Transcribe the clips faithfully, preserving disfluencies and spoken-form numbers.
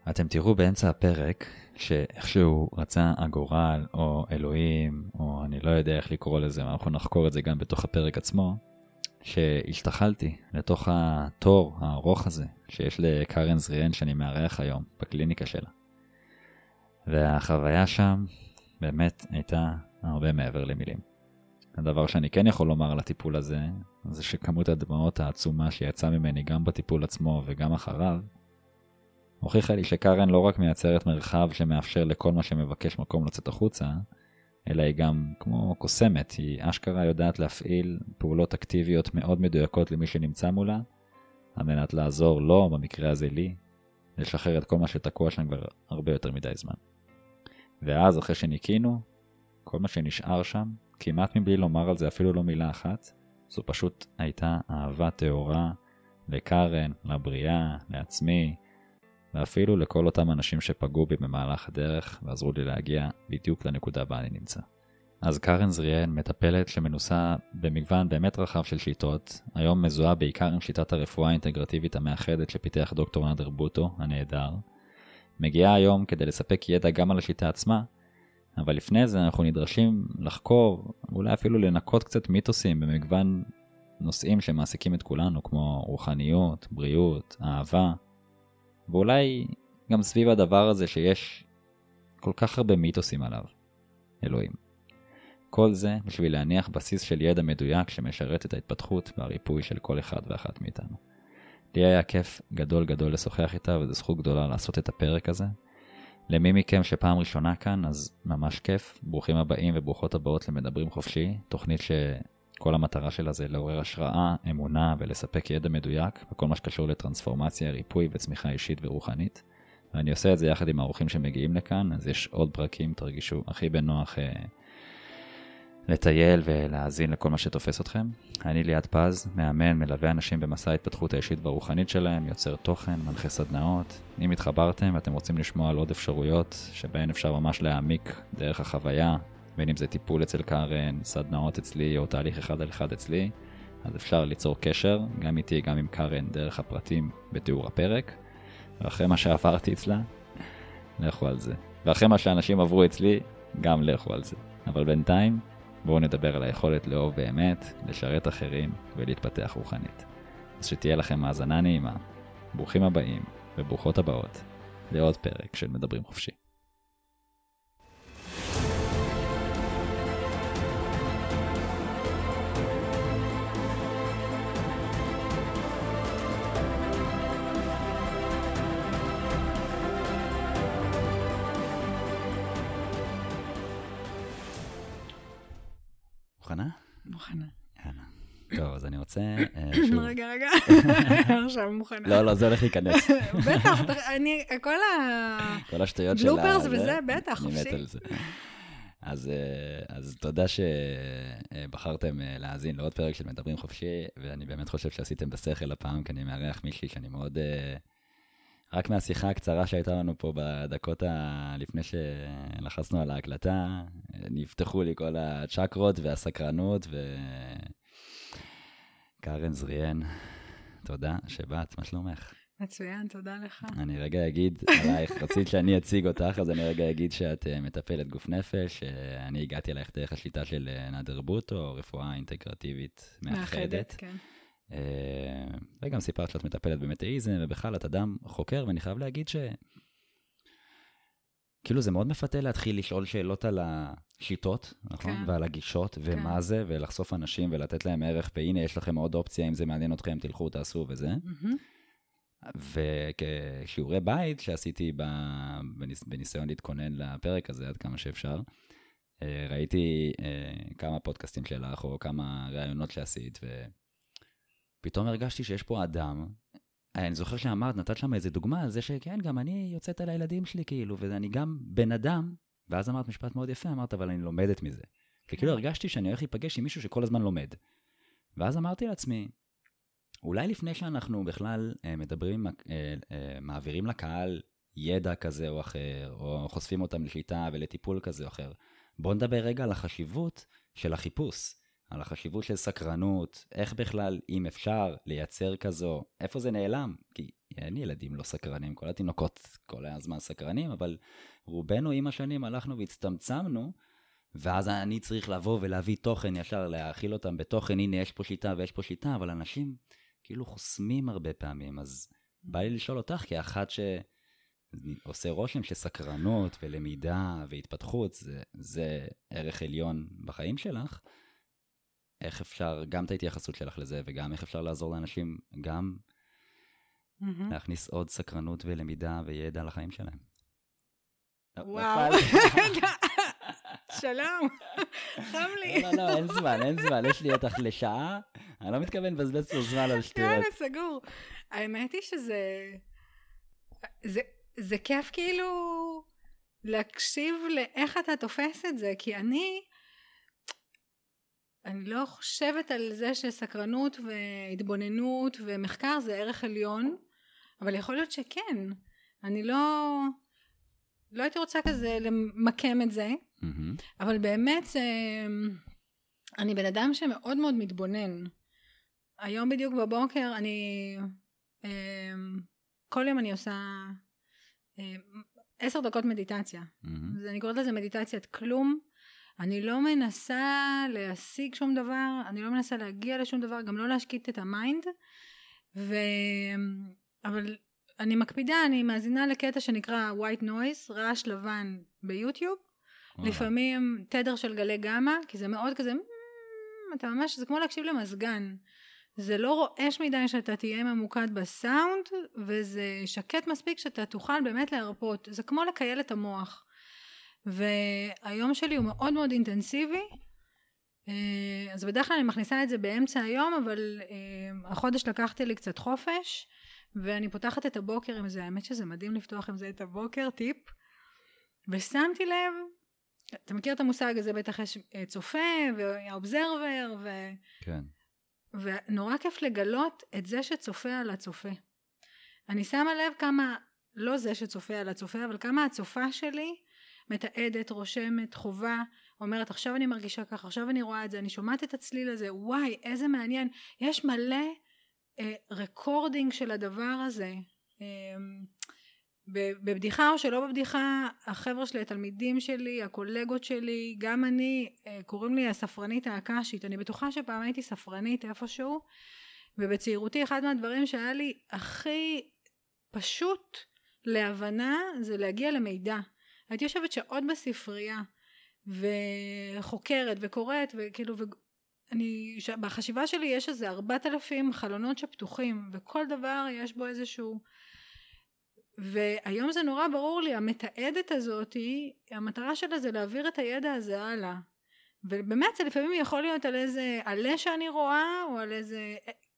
אתם תראו באמצע הפרק שאיכשהו רצה הגורל או אלוהים, או אני לא יודע איך לקרוא לזה, אנחנו נחקור את זה גם בתוך הפרק עצמו, שהשתחלתי לתוך התור הארוך הזה שיש לקרן זריאן שאני מארח היום בקליניקה שלה. והחוויה שם באמת הייתה הרבה מעבר למילים. הדבר שאני כן יכול לומר על הטיפול הזה, זה שכמות הדמעות העצומה שיצאה ממני גם בטיפול עצמו וגם אחריו, הוכיחה לי שקרן לא רק מייצרת מרחב שמאפשר לכל מה שמבקש מקום לצאת החוצה, אלא היא גם כמו קוסמת, היא אשכרה יודעת להפעיל פעולות אקטיביות מאוד מדויקות למי שנמצא מולה, על מנת לעזור לו, במקרה הזה לי, לשחרר את כל מה שתקוע שם כבר הרבה יותר מדי זמן. ואז אחרי שניקינו, כל מה שנשאר שם, כמעט מבלי לומר על זה אפילו לא מילה אחת, זו פשוט הייתה אהבה טהורה לקרן, לבריאה, לעצמי, ואפילו לכל אותם אנשים שפגעו בי במהלך הדרך ועזרו לי להגיע בדיוק לנקודה בה אני נמצא. אז קרן זריאן, מטפלת שמנוסה במגוון באמת רחב של שיטות, היום מזוהה בעיקר עם שיטת הרפואה האינטגרטיבית המאחדת שפיתח דוקטור נאדר בוטו, הנהדר. מגיעה היום כדי לספק ידע גם על השיטה עצמה, אבל לפני זה אנחנו נדרשים לחקור, אולי אפילו לנקות קצת מיתוסים במגוון נושאים שמעסיקים את כולנו, כמו רוחניות, בריאות, אהבה, ואולי גם סביב הדבר הזה שיש כל כך הרבה מיתוסים עליו, אלוהים. כל זה בשביל להניח בסיס של ידע מדויק שמשרת את ההתפתחות והריפוי של כל אחד ואחת מאיתנו. לי היה כיף גדול גדול לשוחח איתה, וזו זכות גדולה לעשות את הפרק הזה. למי מכם שפעם ראשונה כאן, אז ממש כיף. ברוכים הבאים וברוכות הבאות למדברים חופשי, תוכנית שכל המטרה שלה זה לעורר השראה, אמונה ולספק ידע מדויק, בכל מה שקשור לטרנספורמציה, ריפוי וצמיחה אישית ורוחנית. ואני עושה את זה יחד עם האורחים שמגיעים לכאן, אז יש עוד פרקים, תרגישו הכי בנוח אה, לטייל ולהאזין לכל מה שתופס אתכם. אני ליאת פז, מאמן, מלווה אנשים במסע ההתפתחות האישית והרוחנית שלהם, יוצר תוכן, מנחה סדנאות. אם התחברתם ואתם רוצים לשמוע על עוד אפשרויות שבהן אפשר ממש להעמיק דרך החוויה, בין אם זה טיפול אצל קרן, סדנאות אצלי או תהליך אחד על אחד אצלי, אז אפשר ליצור קשר, גם איתי, גם עם קרן, דרך הפרטים בתיאור הפרק. ואחרי מה שעברתי אצלה, לכו על זה. ואחרי מה שאנשים עברו אצלי, גם לכו על זה. אבל בינתיים, בואו נדבר על היכולת לאהוב באמת, לשרת אחרים ולהתפתח רוחנית. אז שתהיה לכם מאזנה נעימה, ברוכים הבאים וברוכות הבאות לעוד פרק של מדברים חופשי. מוכנה? מוכנה. יאללה. טוב, אז אני רוצה... רגע, רגע. עכשיו מוכנה. לא, לא, זה הולך להיכנס. בטח, אני, כל ה... כל השטויות של... בלופרס וזה, בטח, אני מת חופשי. על זה. אז, אז תודה שבחרתם להאזין לעוד פרק של מדברים חופשי, ואני באמת חושב שעשיתם בשכל הפעם, כי אני מארח מישהי שאני מאוד... רק מהשיחה הקצרה שהייתה לנו פה בדקות ה... לפני שלחצנו על ההקלטה, נפתחו לי כל הצ'קרות והסקרנות, ו... קרן זריאן, תודה שבאת, מה שלומך? מצוין, תודה לך. אני רגע אגיד עלייך, רצית שאני אציג אותך, אז אני רגע אגיד שאת מטפלת גוף נפש, אני הגעתי אלייך דרך השיטה של נאדר בוטו, רפואה אינטגרטיבית מאחדת. מאחדת, כן. וגם סיפרת שאת מטפלת במטאיזם, ובכלל את אדם חוקר, ואני חייב להגיד ש... כאילו זה מאוד מפתה להתחיל לשאול שאלות על השיטות, נכון? כן. ועל הגישות, ומה כן. זה, ולחשוף אנשים ולתת להם ערך, והנה יש לכם עוד אופציה, אם זה מעניין אתכם, תלכו, תעשו וזה. Mm-hmm. וכשיעורי בית שעשיתי בניס... בניסיון להתכונן לפרק הזה, עד כמה שאפשר, ראיתי כמה פודקאסטים שלך, או כמה ראיונות שעשית, ופתאום הרגשתי שיש פה אדם, אני זוכר שאמרת, נתת שם איזה דוגמה על זה שכן, גם אני יוצאת על הילדים שלי כאילו, ואני גם בן אדם, ואז אמרת משפט מאוד יפה, אמרת, אבל אני לומדת מזה. וכאילו הרגשתי שאני הולך להיפגש עם מישהו שכל הזמן לומד. ואז אמרתי לעצמי, אולי לפני שאנחנו בכלל מדברים, מעבירים לקהל ידע כזה או אחר, או חושפים אותם לשליטה ולטיפול כזה או אחר, בואו נדבר רגע על החשיבות של החיפוש. על החשיבות של סקרנות, איך בכלל, אם אפשר, לייצר כזו, איפה זה נעלם? כי אין ילדים לא סקרנים, כל התינוקות כל הזמן סקרנים, אבל רובנו עם השנים הלכנו והצטמצמנו, ואז אני צריך לבוא ולהביא תוכן ישר, להאכיל אותם בתוכן, הנה יש פה שיטה ויש פה שיטה, אבל אנשים כאילו חוסמים הרבה פעמים, אז בא לי לשאול אותך, כאחת שעושה רושם שסקרנות ולמידה והתפתחות, זה, זה ערך עליון בחיים שלך, איך אפשר גם את ההתייחסות שלך לזה, וגם איך אפשר לעזור לאנשים גם mm-hmm. להכניס עוד סקרנות ולמידה וידע לחיים שלהם. וואו. שלום, חם לי. לא, לא, אין זמן, אין זמן, יש לי אותך לשעה, אני לא מתכוון לבזבז לו זמן על שטויות. יאללה, סגור. האמת היא שזה, זה, זה כיף כאילו להקשיב לאיך אתה תופס את זה, כי אני, אני לא חושבת על זה שסקרנות והתבוננות ומחקר זה ערך עליון, אבל יכול להיות שכן. אני לא, לא הייתי רוצה כזה למקם את זה, mm-hmm. אבל באמת זה, אני בן אדם שמאוד מאוד מתבונן. היום בדיוק בבוקר אני, כל יום אני עושה עשר דקות מדיטציה. Mm-hmm. אני קוראת לזה מדיטציית כלום. אני לא מנסה להשיג שום דבר, אני לא מנסה להגיע לשום דבר, גם לא להשקיט את המיינד, ו... אבל אני מקפידה, אני מאזינה לקטע שנקרא white noise, רעש לבן ביוטיוב, לפעמים תדר של גלי גמא, כי זה מאוד כזה, אתה ממש, זה כמו להקשיב למזגן, זה לא רועש מדי שאתה תהיה ממוקד בסאונד, וזה שקט מספיק שאתה תוכל באמת להרפות, זה כמו לקייל את המוח. והיום שלי הוא מאוד מאוד אינטנסיבי, אז בדרך כלל אני מכניסה את זה באמצע היום, אבל החודש לקחתי לי קצת חופש, ואני פותחת את הבוקר עם זה, האמת שזה מדהים לפתוח עם זה את הבוקר, טיפ, ושמתי לב, אתה מכיר את המושג הזה, בטח יש צופה והאובזרבר, ו... כן. ונורא כיף לגלות את זה שצופה על הצופה. אני שמה לב כמה, לא זה שצופה על הצופה, אבל כמה הצופה שלי, מתעדת, רושמת, חובה, אומרת עכשיו אני מרגישה ככה, עכשיו אני רואה את זה, אני שומעת את הצליל הזה, וואי איזה מעניין, יש מלא אה, רקורדינג של הדבר הזה, אה, בבדיחה או שלא בבדיחה, החבר'ה שלי, התלמידים שלי, הקולגות שלי, גם אני, אה, קוראים לי הספרנית האקשית, אני בטוחה שפעם הייתי ספרנית איפשהו, ובצעירותי אחד מהדברים שהיה לי הכי פשוט להבנה, זה להגיע למידע, הייתי יושבת שעוד בספרייה, וחוקרת וקוראת, וכאילו, ואני, בחשיבה שלי יש איזה ארבעת אלפים חלונות שפתוחים, וכל דבר יש בו איזשהו, והיום זה נורא ברור לי, המתעדת הזאת, המטרה שלה זה להעביר את הידע הזה הלאה, ובאמת זה לפעמים יכול להיות על איזה עלה שאני רואה, או על איזה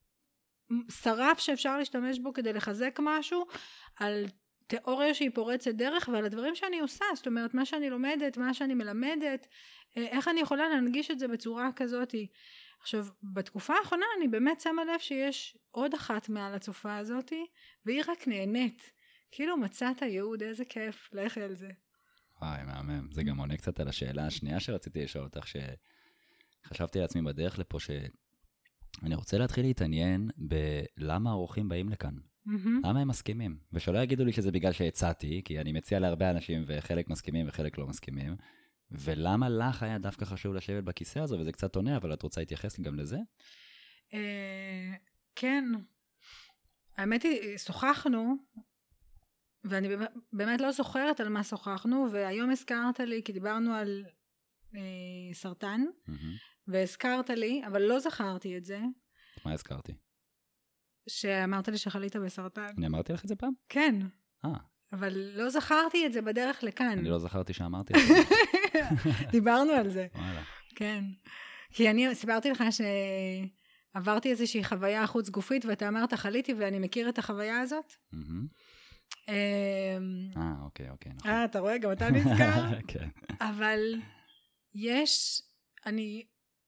שרף שאפשר להשתמש בו כדי לחזק משהו, על תיאוריה שהיא פורצת דרך, ועל הדברים שאני עושה, זאת אומרת, מה שאני לומדת, מה שאני מלמדת, איך אני יכולה להנגיש את זה בצורה כזאת. עכשיו, בתקופה האחרונה אני באמת שמה לב שיש עוד אחת מעל הצופה הזאת, והיא רק נהנית. כאילו מצאת הייעוד, איזה כיף, לכי על זה. וואי, מהמם. זה גם עונה קצת על השאלה השנייה שרציתי לשאול אותך, שחשבתי לעצמי בדרך לפה, שאני רוצה להתחיל להתעניין בלמה האורחים באים לכאן. למה הם מסכימים? ושלא יגידו לי שזה בגלל שהצעתי, כי אני מציע להרבה אנשים וחלק מסכימים וחלק לא מסכימים, ולמה לך היה דווקא חשוב לשבת בכיסא הזו, וזה קצת עונה, אבל את רוצה להתייחס גם לזה? כן. האמת היא, שוחחנו, ואני באמת לא זוכרת על מה שוחחנו, והיום הזכרת לי, כי דיברנו על סרטן, והזכרת לי, אבל לא זכרתי את זה. מה הזכרתי? שאמרת לי שחלית בסרטן. אני אמרתי לך את זה פעם? כן. אה. אבל לא זכרתי את זה בדרך לכאן. אני לא זכרתי שאמרתי את זה. דיברנו על זה. וואלה. כן. כי אני סיפרתי לך שעברתי איזושהי חוויה חוץ גופית, ואתה אמרת חליתי, ואני מכיר את החוויה הזאת. אה, אוקיי, אוקיי. אה, אתה רואה, גם אתה נזכר? כן. אבל יש, אני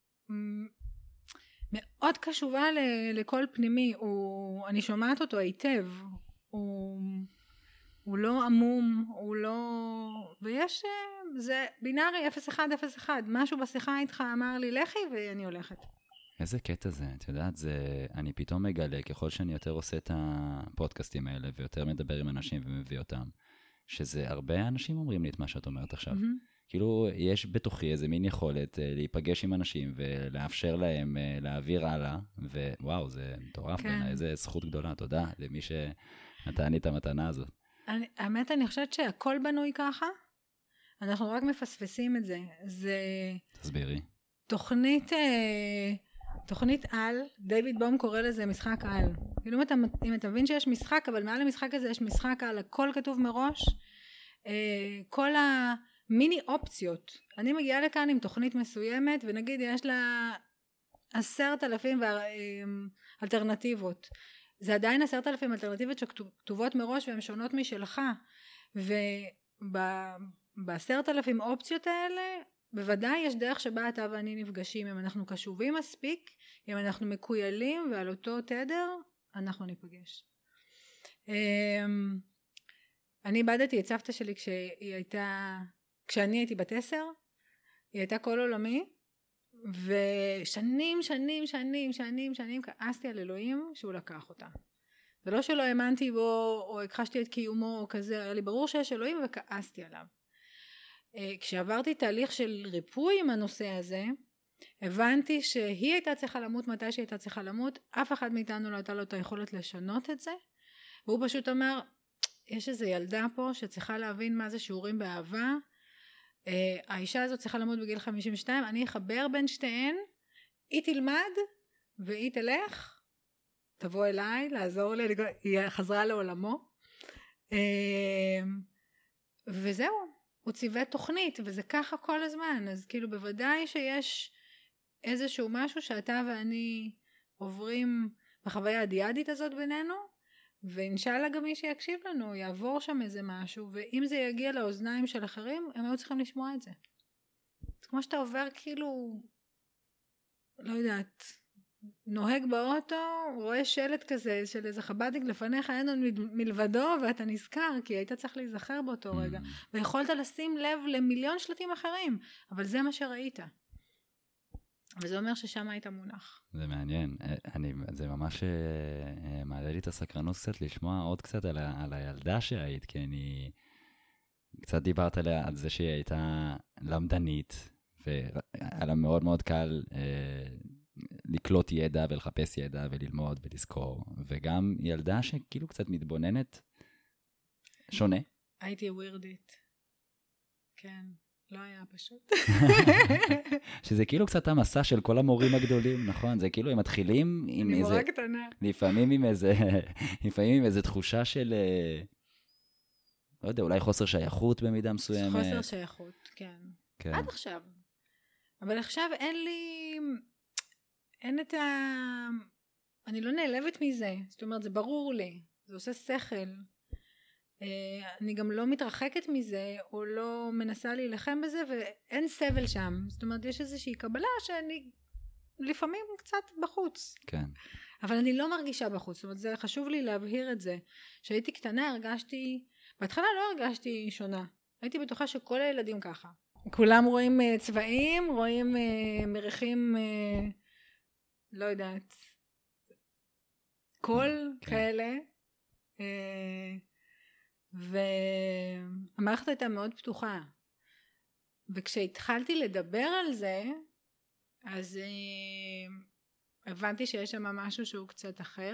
מאוד קשובה לקול פנימי, הוא, אני שומעת אותו היטב, הוא, הוא לא עמום, הוא לא... ויש, זה בינארי אפס אחד אפס אחד, משהו בשיחה איתך אמר לי לכי ואני הולכת. איזה קטע זה, את יודעת, זה, אני פתאום מגלה, ככל שאני יותר עושה את הפודקאסטים האלה, ויותר מדבר עם אנשים ומביא אותם, שזה הרבה אנשים אומרים לי את מה שאת אומרת עכשיו. Mm-hmm. כאילו, יש בתוכי איזה מין יכולת uh, להיפגש עם אנשים, ולאפשר להם uh, להעביר הלאה, ווואו, זה מטורף, כן. איזה זכות גדולה, תודה למי שנתן לי את המתנה הזאת. אני, האמת, אני חושבת שהכל בנוי ככה, אנחנו רק מפספסים את זה. זה... תסבירי. תוכנית... Uh... תוכנית על, דיוויד בום קורא לזה משחק על. כאילו אם אתה, אם אתה מבין שיש משחק, אבל מעל המשחק הזה יש משחק על, הכל כתוב מראש, כל המיני אופציות. אני מגיעה לכאן עם תוכנית מסוימת, ונגיד יש לה עשרת אלפים אלטרנטיבות. זה עדיין עשרת אלפים אלטרנטיבות שכתובות מראש, והן שונות משלך. ובעשרת אלפים אופציות האלה, בוודאי יש דרך שבה אתה ואני נפגשים, אם אנחנו קשובים מספיק, אם אנחנו מקוילים ועל אותו תדר, אנחנו ניפגש. אני איבדתי את סבתא שלי כשהיא הייתה, כשאני הייתי בת עשר, היא הייתה כל עולמי, ושנים, שנים, שנים, שנים, שנים, כעסתי על אלוהים שהוא לקח אותה. זה לא שלא האמנתי בו, או הכחשתי את קיומו, או כזה, היה לי ברור שיש אלוהים וכעסתי עליו. כשעברתי תהליך של ריפוי עם הנושא הזה, הבנתי שהיא הייתה צריכה למות מתי שהיא הייתה צריכה למות, אף אחד מאיתנו לא הייתה לו את היכולת לשנות את זה, והוא פשוט אמר, יש איזו ילדה פה שצריכה להבין מה זה שיעורים באהבה, האישה הזאת צריכה למות בגיל חמישים ושתיים, אני אחבר בין שתיהן, היא תלמד והיא תלך, תבוא אליי, לעזור לי, היא חזרה לעולמו, וזהו. הוא ציווה תוכנית, וזה ככה כל הזמן, אז כאילו בוודאי שיש איזשהו משהו שאתה ואני עוברים בחוויה הדיאדית הזאת בינינו, ואינשאללה גם מי שיקשיב לנו, יעבור שם איזה משהו, ואם זה יגיע לאוזניים של אחרים, הם היו צריכים לשמוע את זה. זה כמו שאתה עובר כאילו, לא יודעת, נוהג באוטו, רואה שלט כזה של איזה חב"דניק לפניך, אין עוד מלבדו, ואתה נזכר, כי היית צריך להיזכר באותו רגע, ויכולת לשים לב למיליון שלטים אחרים, אבל זה מה שראית. וזה אומר ששם היית מונח. זה מעניין, אני, זה ממש מעלה לי את הסקרנות קצת, לשמוע עוד קצת על, ה, על הילדה שהיית, כי אני קצת דיברת עליה, על זה שהיא הייתה למדנית, והיה לה מאוד מאוד קל לקלוט ידע ולחפש ידע וללמוד ולזכור, וגם ילדה שכאילו קצת מתבוננת שונה. הייתי ווירדית. כן, לא היה פשוט. שזה כאילו קצת המסע של כל המורים הגדולים, נכון? זה כאילו הם מתחילים עם איזה... מורה קטנה. לפעמים עם איזה... לפעמים עם איזה תחושה של... לא יודע, אולי חוסר שייכות במידה מסוימת. חוסר שייכות, כן. כן. עד עכשיו. אבל עכשיו אין לי... אין את ה... אני לא נעלבת מזה. זאת אומרת, זה ברור לי. זה עושה שכל. אני גם לא מתרחקת מזה, או לא מנסה להילחם בזה, ואין סבל שם. זאת אומרת, יש איזושהי קבלה שאני לפעמים קצת בחוץ. כן. אבל אני לא מרגישה בחוץ. זאת אומרת, זה חשוב לי להבהיר את זה. כשהייתי קטנה הרגשתי... בהתחלה לא הרגשתי שונה. הייתי בטוחה שכל הילדים ככה. כולם רואים צבעים, רואים מריחים... לא יודעת, קול כאלה, והמערכת הייתה מאוד פתוחה, וכשהתחלתי לדבר על זה, אז הבנתי שיש שם משהו שהוא קצת אחר.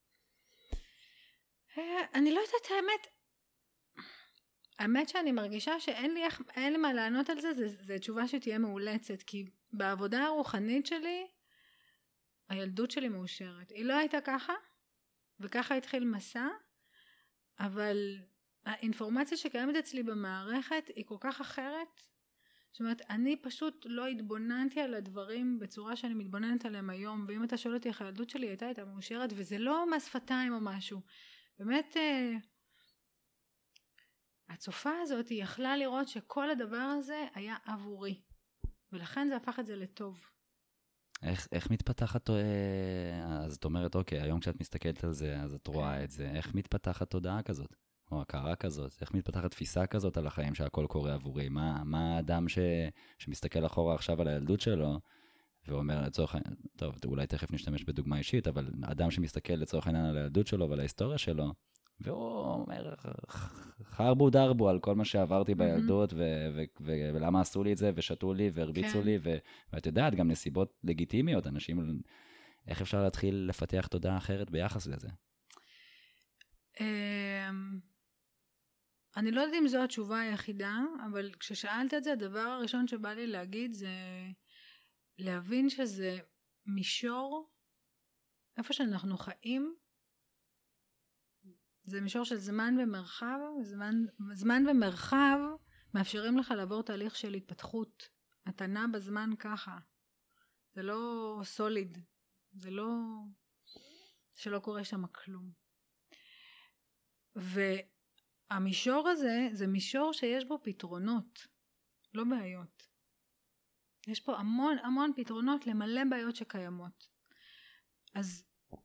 אני לא יודעת האמת, האמת שאני מרגישה שאין לי, אין לי מה לענות על זה, זה, זה תשובה שתהיה מאולצת, כי בעבודה הרוחנית שלי, הילדות שלי מאושרת. היא לא הייתה ככה, וככה התחיל מסע, אבל האינפורמציה שקיימת אצלי במערכת היא כל כך אחרת. זאת אומרת, אני פשוט לא התבוננתי על הדברים בצורה שאני מתבוננת עליהם היום, ואם אתה שואל אותי איך הילדות שלי הייתה, הייתה מאושרת, וזה לא מהשפתיים או משהו. באמת, הצופה הזאת היא יכלה לראות שכל הדבר הזה היה עבורי, ולכן זה הפך את זה לטוב. איך, איך מתפתחת, אז את אומרת, אוקיי, היום כשאת מסתכלת על זה, אז את רואה את זה, איך מתפתחת תודעה כזאת? או הכרה כזאת? איך מתפתחת תפיסה כזאת על החיים שהכל קורה עבורי? מה, מה האדם ש, שמסתכל אחורה עכשיו על הילדות שלו, ואומר לצורך, טוב, אולי תכף נשתמש בדוגמה אישית, אבל אדם שמסתכל לצורך העניין על הילדות שלו ועל ההיסטוריה שלו, והוא אומר, חרבו דרבו על כל מה שעברתי בילדות, ו- ו- ו- ולמה עשו לי את זה, ושתו לי, והרביצו כן. לי, ו- ואת יודעת, גם נסיבות לגיטימיות, אנשים, איך אפשר להתחיל לפתח תודעה אחרת ביחס לזה? אני לא יודעת אם זו התשובה היחידה, אבל כששאלת את זה, הדבר הראשון שבא לי להגיד זה להבין שזה מישור, איפה שאנחנו חיים, זה מישור של זמן ומרחב, זמן, זמן ומרחב מאפשרים לך לעבור תהליך של התפתחות. אתה נע בזמן ככה. זה לא סוליד. זה לא, שלא קורה שם כלום. והמישור הזה, זה מישור שיש בו פתרונות, לא בעיות. יש פה המון המון פתרונות למלא בעיות שקיימות. אז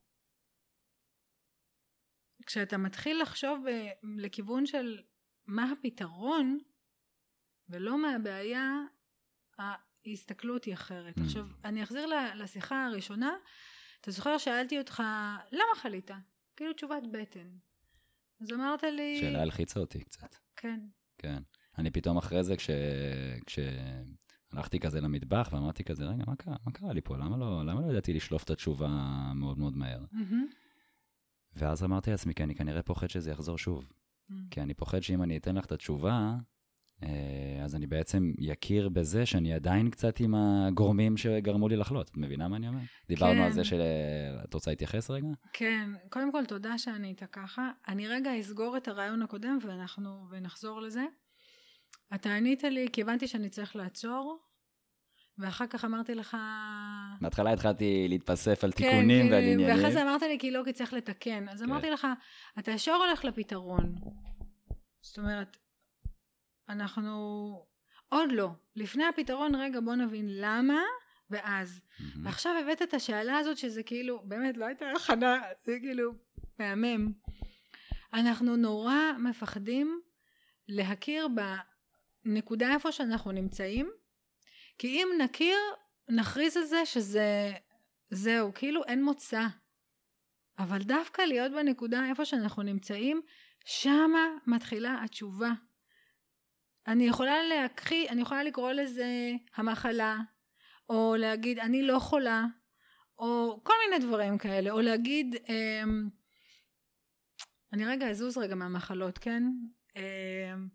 כשאתה מתחיל לחשוב לכיוון של מה הפתרון, ולא מה הבעיה, ההסתכלות היא אחרת. Mm. עכשיו, אני אחזיר לשיחה הראשונה, אתה זוכר, שאלתי אותך, למה חלית? כאילו תשובת בטן. אז אמרת לי... שאלה הלחיצה אותי קצת. כן. כן. אני פתאום אחרי זה, כש... כש... הלכתי כזה למטבח, ואמרתי כזה, רגע, מה קרה? מה קרה לי פה? למה לא, למה לא ידעתי לשלוף את התשובה מאוד מאוד מהר? Mm-hmm. ואז אמרתי לעצמי, כי אני כנראה פוחד שזה יחזור שוב. Mm. כי אני פוחד שאם אני אתן לך את התשובה, אז אני בעצם יכיר בזה שאני עדיין קצת עם הגורמים שגרמו לי לחלות. את מבינה מה אני אומר? כן. דיברנו על זה שאת רוצה להתייחס רגע? כן, קודם כל תודה שאני איתה ככה. אני רגע אסגור את הרעיון הקודם ואנחנו ונחזור לזה. אתה ענית לי כי הבנתי שאני צריך לעצור, ואחר כך אמרתי לך... מההתחלה התחלתי להתפסף על תיקונים ועל עניינים. ואחרי זה אמרת לי כי לא, כי צריך לתקן. אז אמרתי לך, אתה ישר הולך לפתרון. זאת אומרת, אנחנו... עוד לא. לפני הפתרון, רגע, בוא נבין למה, ואז. ועכשיו הבאת את השאלה הזאת, שזה כאילו, באמת לא הייתה הכנה, זה כאילו מהמם. אנחנו נורא מפחדים להכיר בנקודה איפה שאנחנו נמצאים, כי אם נכיר, נכריז על זה שזה, זהו, כאילו אין מוצא. אבל דווקא להיות בנקודה איפה שאנחנו נמצאים, שמה מתחילה התשובה. אני יכולה להקחי, אני יכולה לקרוא לזה המחלה, או להגיד אני לא חולה, או כל מיני דברים כאלה, או להגיד, אמ, אני רגע אזוז רגע מהמחלות, כן? אמ,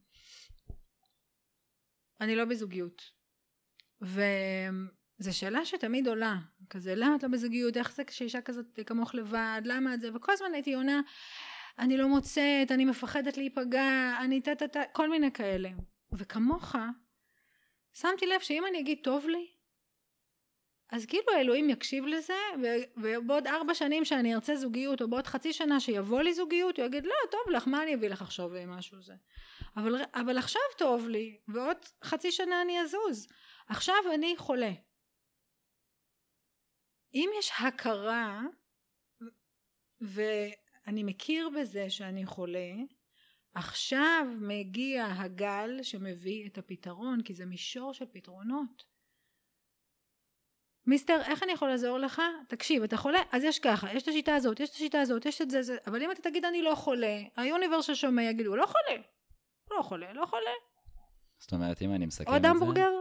אני לא בזוגיות. וזו שאלה שתמיד עולה, כזה, למה את לא בזוגיות? איך זה כשאישה כזאת כמוך לבד? למה את זה? וכל הזמן הייתי עונה, אני לא מוצאת, אני מפחדת להיפגע, אני טה-טה-טה, כל מיני כאלה. וכמוך, שמתי לב שאם אני אגיד טוב לי, אז כאילו האלוהים יקשיב לזה, ובעוד ארבע שנים שאני ארצה זוגיות, או בעוד חצי שנה שיבוא לי זוגיות, הוא יגיד, לא, טוב לך, מה אני אביא לך עכשיו משהו זה? אבל, אבל עכשיו טוב לי, ועוד חצי שנה אני אזוז. עכשיו אני חולה. אם יש הכרה, ואני מכיר בזה שאני חולה, עכשיו מגיע הגל שמביא את הפתרון, כי זה מישור של פתרונות. מיסטר, איך אני יכול לעזור לך? תקשיב, אתה חולה? אז יש ככה, יש את השיטה הזאת, יש את השיטה הזאת, יש את זה, זה. אבל אם אתה תגיד אני לא חולה, היוניברס ששומע יגידו, לא חולה, לא חולה, לא חולה. זאת אומרת, אם אני מסכם את זה... עוד המבורגר?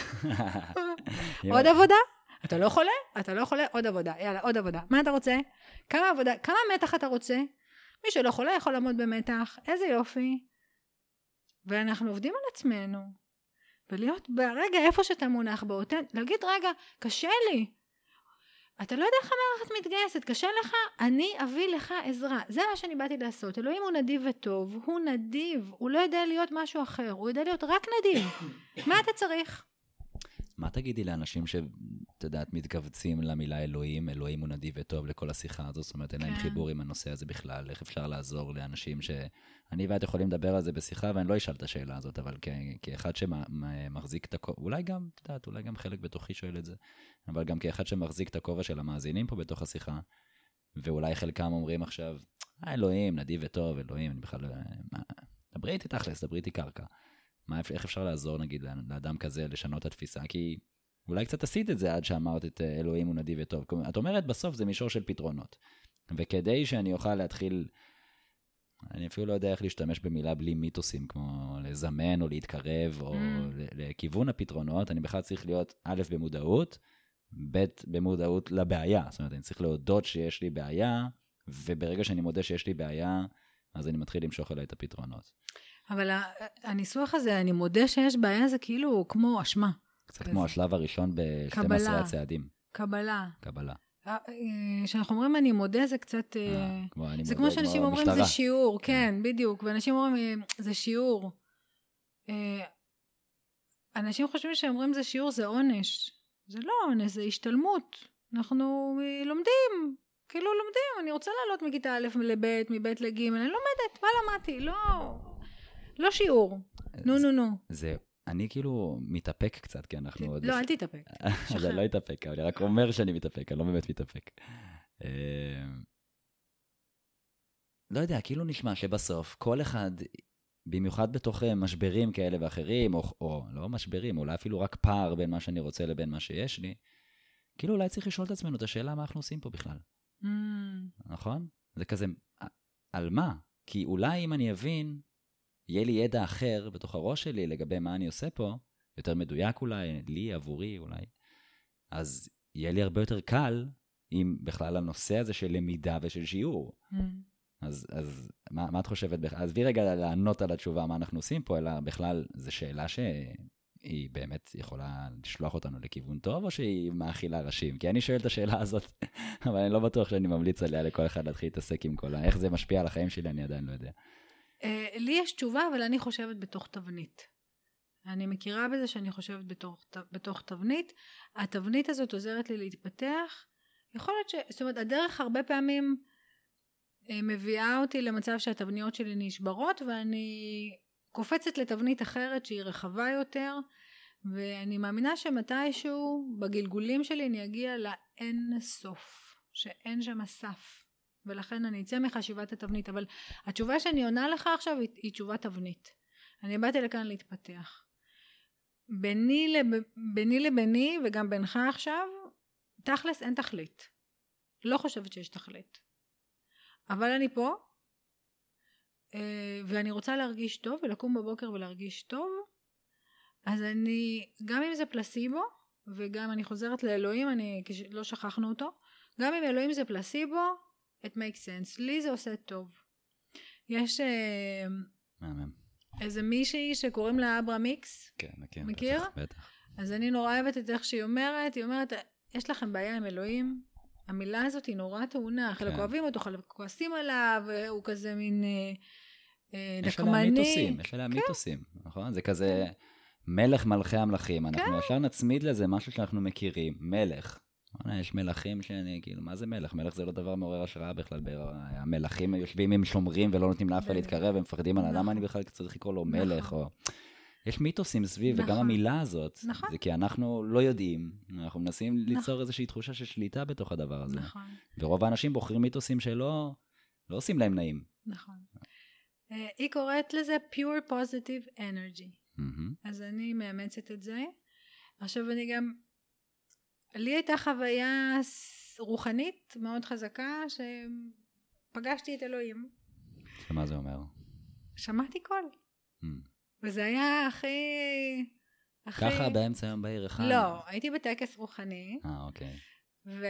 עוד עבודה? אתה לא חולה? אתה לא חולה? עוד עבודה. יאללה, עוד עבודה. מה אתה רוצה? כמה עבודה? כמה מתח אתה רוצה? מי שלא חולה יכול לעמוד במתח. איזה יופי. ואנחנו עובדים על עצמנו. ולהיות ברגע איפה שאתה מונח באותן, להגיד רגע, קשה לי. אתה לא יודע איך המערכת מתגייסת, קשה לך, אני אביא לך עזרה. זה מה שאני באתי לעשות. אלוהים הוא נדיב וטוב, הוא נדיב, הוא לא יודע להיות משהו אחר, הוא יודע להיות רק נדיב. מה אתה צריך? מה תגידי לאנשים שאת יודעת, מתכווצים למילה אלוהים, אלוהים הוא נדיב וטוב לכל השיחה הזו, זאת אומרת, אין להם חיבור עם הנושא הזה בכלל, איך אפשר לעזור לאנשים שאני ואת יכולים לדבר על זה בשיחה, ואני לא אשאל את השאלה הזאת, אבל כאחד שמחזיק את הכובע, אולי גם, את יודעת, אולי גם חלק בתוכי שואל את זה, אבל גם כאחד שמחזיק את הכובע של המאזינים פה בתוך השיחה, ואולי חלקם אומרים עכשיו, אלוהים, נדיב וטוב, אלוהים, אני בכלל, מה, דברי איתי תכלס, דברי איתי קרקע. מה, איך אפשר לעזור, נגיד, לאדם כזה לשנות את התפיסה? כי אולי קצת עשית את זה עד שאמרת את אלוהים הוא נדיב וטוב. את אומרת, בסוף זה מישור של פתרונות. וכדי שאני אוכל להתחיל, אני אפילו לא יודע איך להשתמש במילה בלי מיתוסים, כמו לזמן או להתקרב, או לכיוון הפתרונות, אני בכלל צריך להיות א' במודעות, ב' במודעות לבעיה. זאת אומרת, אני צריך להודות שיש לי בעיה, וברגע שאני מודה שיש לי בעיה, אז אני מתחיל למשוך אליי את הפתרונות. אבל הניסוח הזה, אני מודה שיש בעיה, זה כאילו כמו אשמה. קצת כמו השלב הראשון ב-שנים עשר הצעדים. קבלה. קבלה. כשאנחנו אומרים אני מודה, זה קצת... זה כמו שאנשים אומרים זה שיעור, כן, בדיוק. ואנשים אומרים זה שיעור. אנשים חושבים שאומרים זה שיעור, זה עונש. זה לא עונש, זה השתלמות. אנחנו לומדים. כאילו לומדים, אני רוצה לעלות מכיתה א' לב', מב' לג', אני לומדת, מה למדתי? לא, לא שיעור. נו, נו, נו. זה, אני כאילו מתאפק קצת, כי אנחנו עוד... לא, אל תתאפק. אני לא אתאפק, אני רק אומר שאני מתאפק, אני לא באמת מתאפק. לא יודע, כאילו נשמע שבסוף כל אחד, במיוחד בתוך משברים כאלה ואחרים, או לא משברים, אולי אפילו רק פער בין מה שאני רוצה לבין מה שיש לי, כאילו אולי צריך לשאול את עצמנו את השאלה מה אנחנו עושים פה בכלל. Mm. נכון? זה כזה, על מה? כי אולי אם אני אבין, יהיה לי ידע אחר בתוך הראש שלי לגבי מה אני עושה פה, יותר מדויק אולי, לי, עבורי אולי, אז יהיה לי הרבה יותר קל, אם בכלל הנושא הזה של למידה ושל שיעור. Mm. אז, אז מה, מה את חושבת? אז בי רגע לענות על התשובה מה אנחנו עושים פה, אלא בכלל זו שאלה ש... היא באמת יכולה לשלוח אותנו לכיוון טוב, או שהיא מאכילה ראשים? כי אני שואל את השאלה הזאת, אבל אני לא בטוח שאני ממליץ עליה לכל אחד להתחיל להתעסק עם כל ה... איך זה משפיע על החיים שלי, אני עדיין לא יודע. לי יש תשובה, אבל אני חושבת בתוך תבנית. אני מכירה בזה שאני חושבת בתוך, בתוך תבנית. התבנית הזאת עוזרת לי להתפתח. יכול להיות ש... זאת אומרת, הדרך הרבה פעמים מביאה אותי למצב שהתבניות שלי נשברות, ואני... קופצת לתבנית אחרת שהיא רחבה יותר, ואני מאמינה שמתישהו בגלגולים שלי אני אגיע לאין סוף, שאין שם סף, ולכן אני אצא מחשיבת התבנית, אבל התשובה שאני עונה לך עכשיו היא, היא תשובה תבנית. אני באתי לכאן להתפתח. ביני, לב, ביני לביני וגם בינך עכשיו, תכלס אין תכלית. לא חושבת שיש תכלית. אבל אני פה, ואני רוצה להרגיש טוב ולקום בבוקר ולהרגיש טוב, אז אני, גם אם זה פלסיבו, וגם אני חוזרת לאלוהים, אני לא שכחנו אותו, גם אם אלוהים זה פלסיבו, it makes sense, לי זה עושה טוב. יש איזה מישהי שקוראים לה אברה מיקס, כן, מכיר? מכיר? בטח, בטח. אז אני נורא אוהבת את איך שהיא אומרת, היא אומרת, יש לכם בעיה עם אלוהים? המילה הזאת היא נורא טעונה, חלק אוהבים אותו, חלק כועסים עליו, הוא כזה מין דקמני. יש עליה מיתוסים, יש עליה מיתוסים, נכון? זה כזה מלך מלכי המלכים, אנחנו ישר נצמיד לזה משהו שאנחנו מכירים, מלך. יש מלכים שאני, כאילו, מה זה מלך? מלך זה לא דבר מעורר השראה בכלל, המלכים יושבים עם שומרים ולא נותנים לאף אחד להתקרב, הם מפחדים עליו, למה אני בכלל צריך לקרוא לו מלך או... יש מיתוסים סביב, נכון. וגם המילה הזאת, נכון. זה כי אנחנו לא יודעים, אנחנו מנסים ליצור נכון. איזושהי תחושה של שליטה בתוך הדבר הזה. נכון. ורוב האנשים בוחרים מיתוסים שלא לא עושים להם נעים. נכון. Uh, היא קוראת לזה pure positive energy. Mm-hmm. אז אני מאמצת את זה. עכשיו אני גם, לי הייתה חוויה רוחנית מאוד חזקה, שפגשתי את אלוהים. שמה זה אומר? שמעתי קול. Mm. וזה היה הכי... הכי... ככה באמצע היום בעיר אחד? לא, הייתי בטקס רוחני. אה, אוקיי. ו...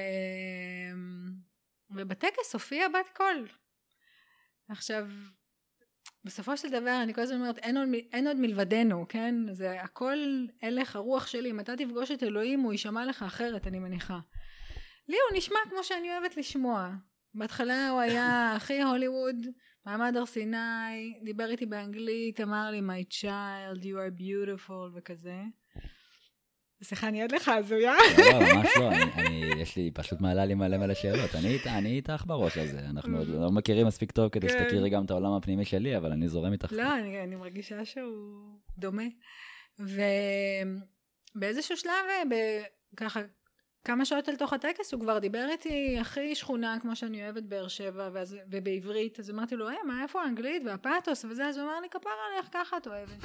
ובטקס הופיע בת קול. עכשיו, בסופו של דבר, אני כל הזמן אומרת, אין עוד, אין עוד מלבדנו, כן? זה הכל הלך הרוח שלי. אם אתה תפגוש את אלוהים, הוא יישמע לך אחרת, אני מניחה. לי הוא נשמע כמו שאני אוהבת לשמוע. בהתחלה הוא היה הכי הוליווד, מעמד הר סיני, דיבר איתי באנגלית, אמר לי, my child, you are beautiful, וכזה. סליחה, אני עד לך הזויה. לא, ממש לא, יש לי, פשוט מעלה לי מלא מלא שאלות, אני איתך בראש הזה, אנחנו לא מכירים מספיק טוב כדי שתכירי גם את העולם הפנימי שלי, אבל אני זורם איתך. לא, אני מרגישה שהוא דומה. ובאיזשהו שלב, ככה, כמה שעות אל תוך הטקס, הוא כבר דיבר איתי הכי שכונה, כמו שאני אוהבת באר שבע, ואז, ובעברית, אז אמרתי לו, אה, מה, איפה האנגלית והפאטוס וזה, אז הוא אמר לי, כפר עליך, ככה את אוהבת.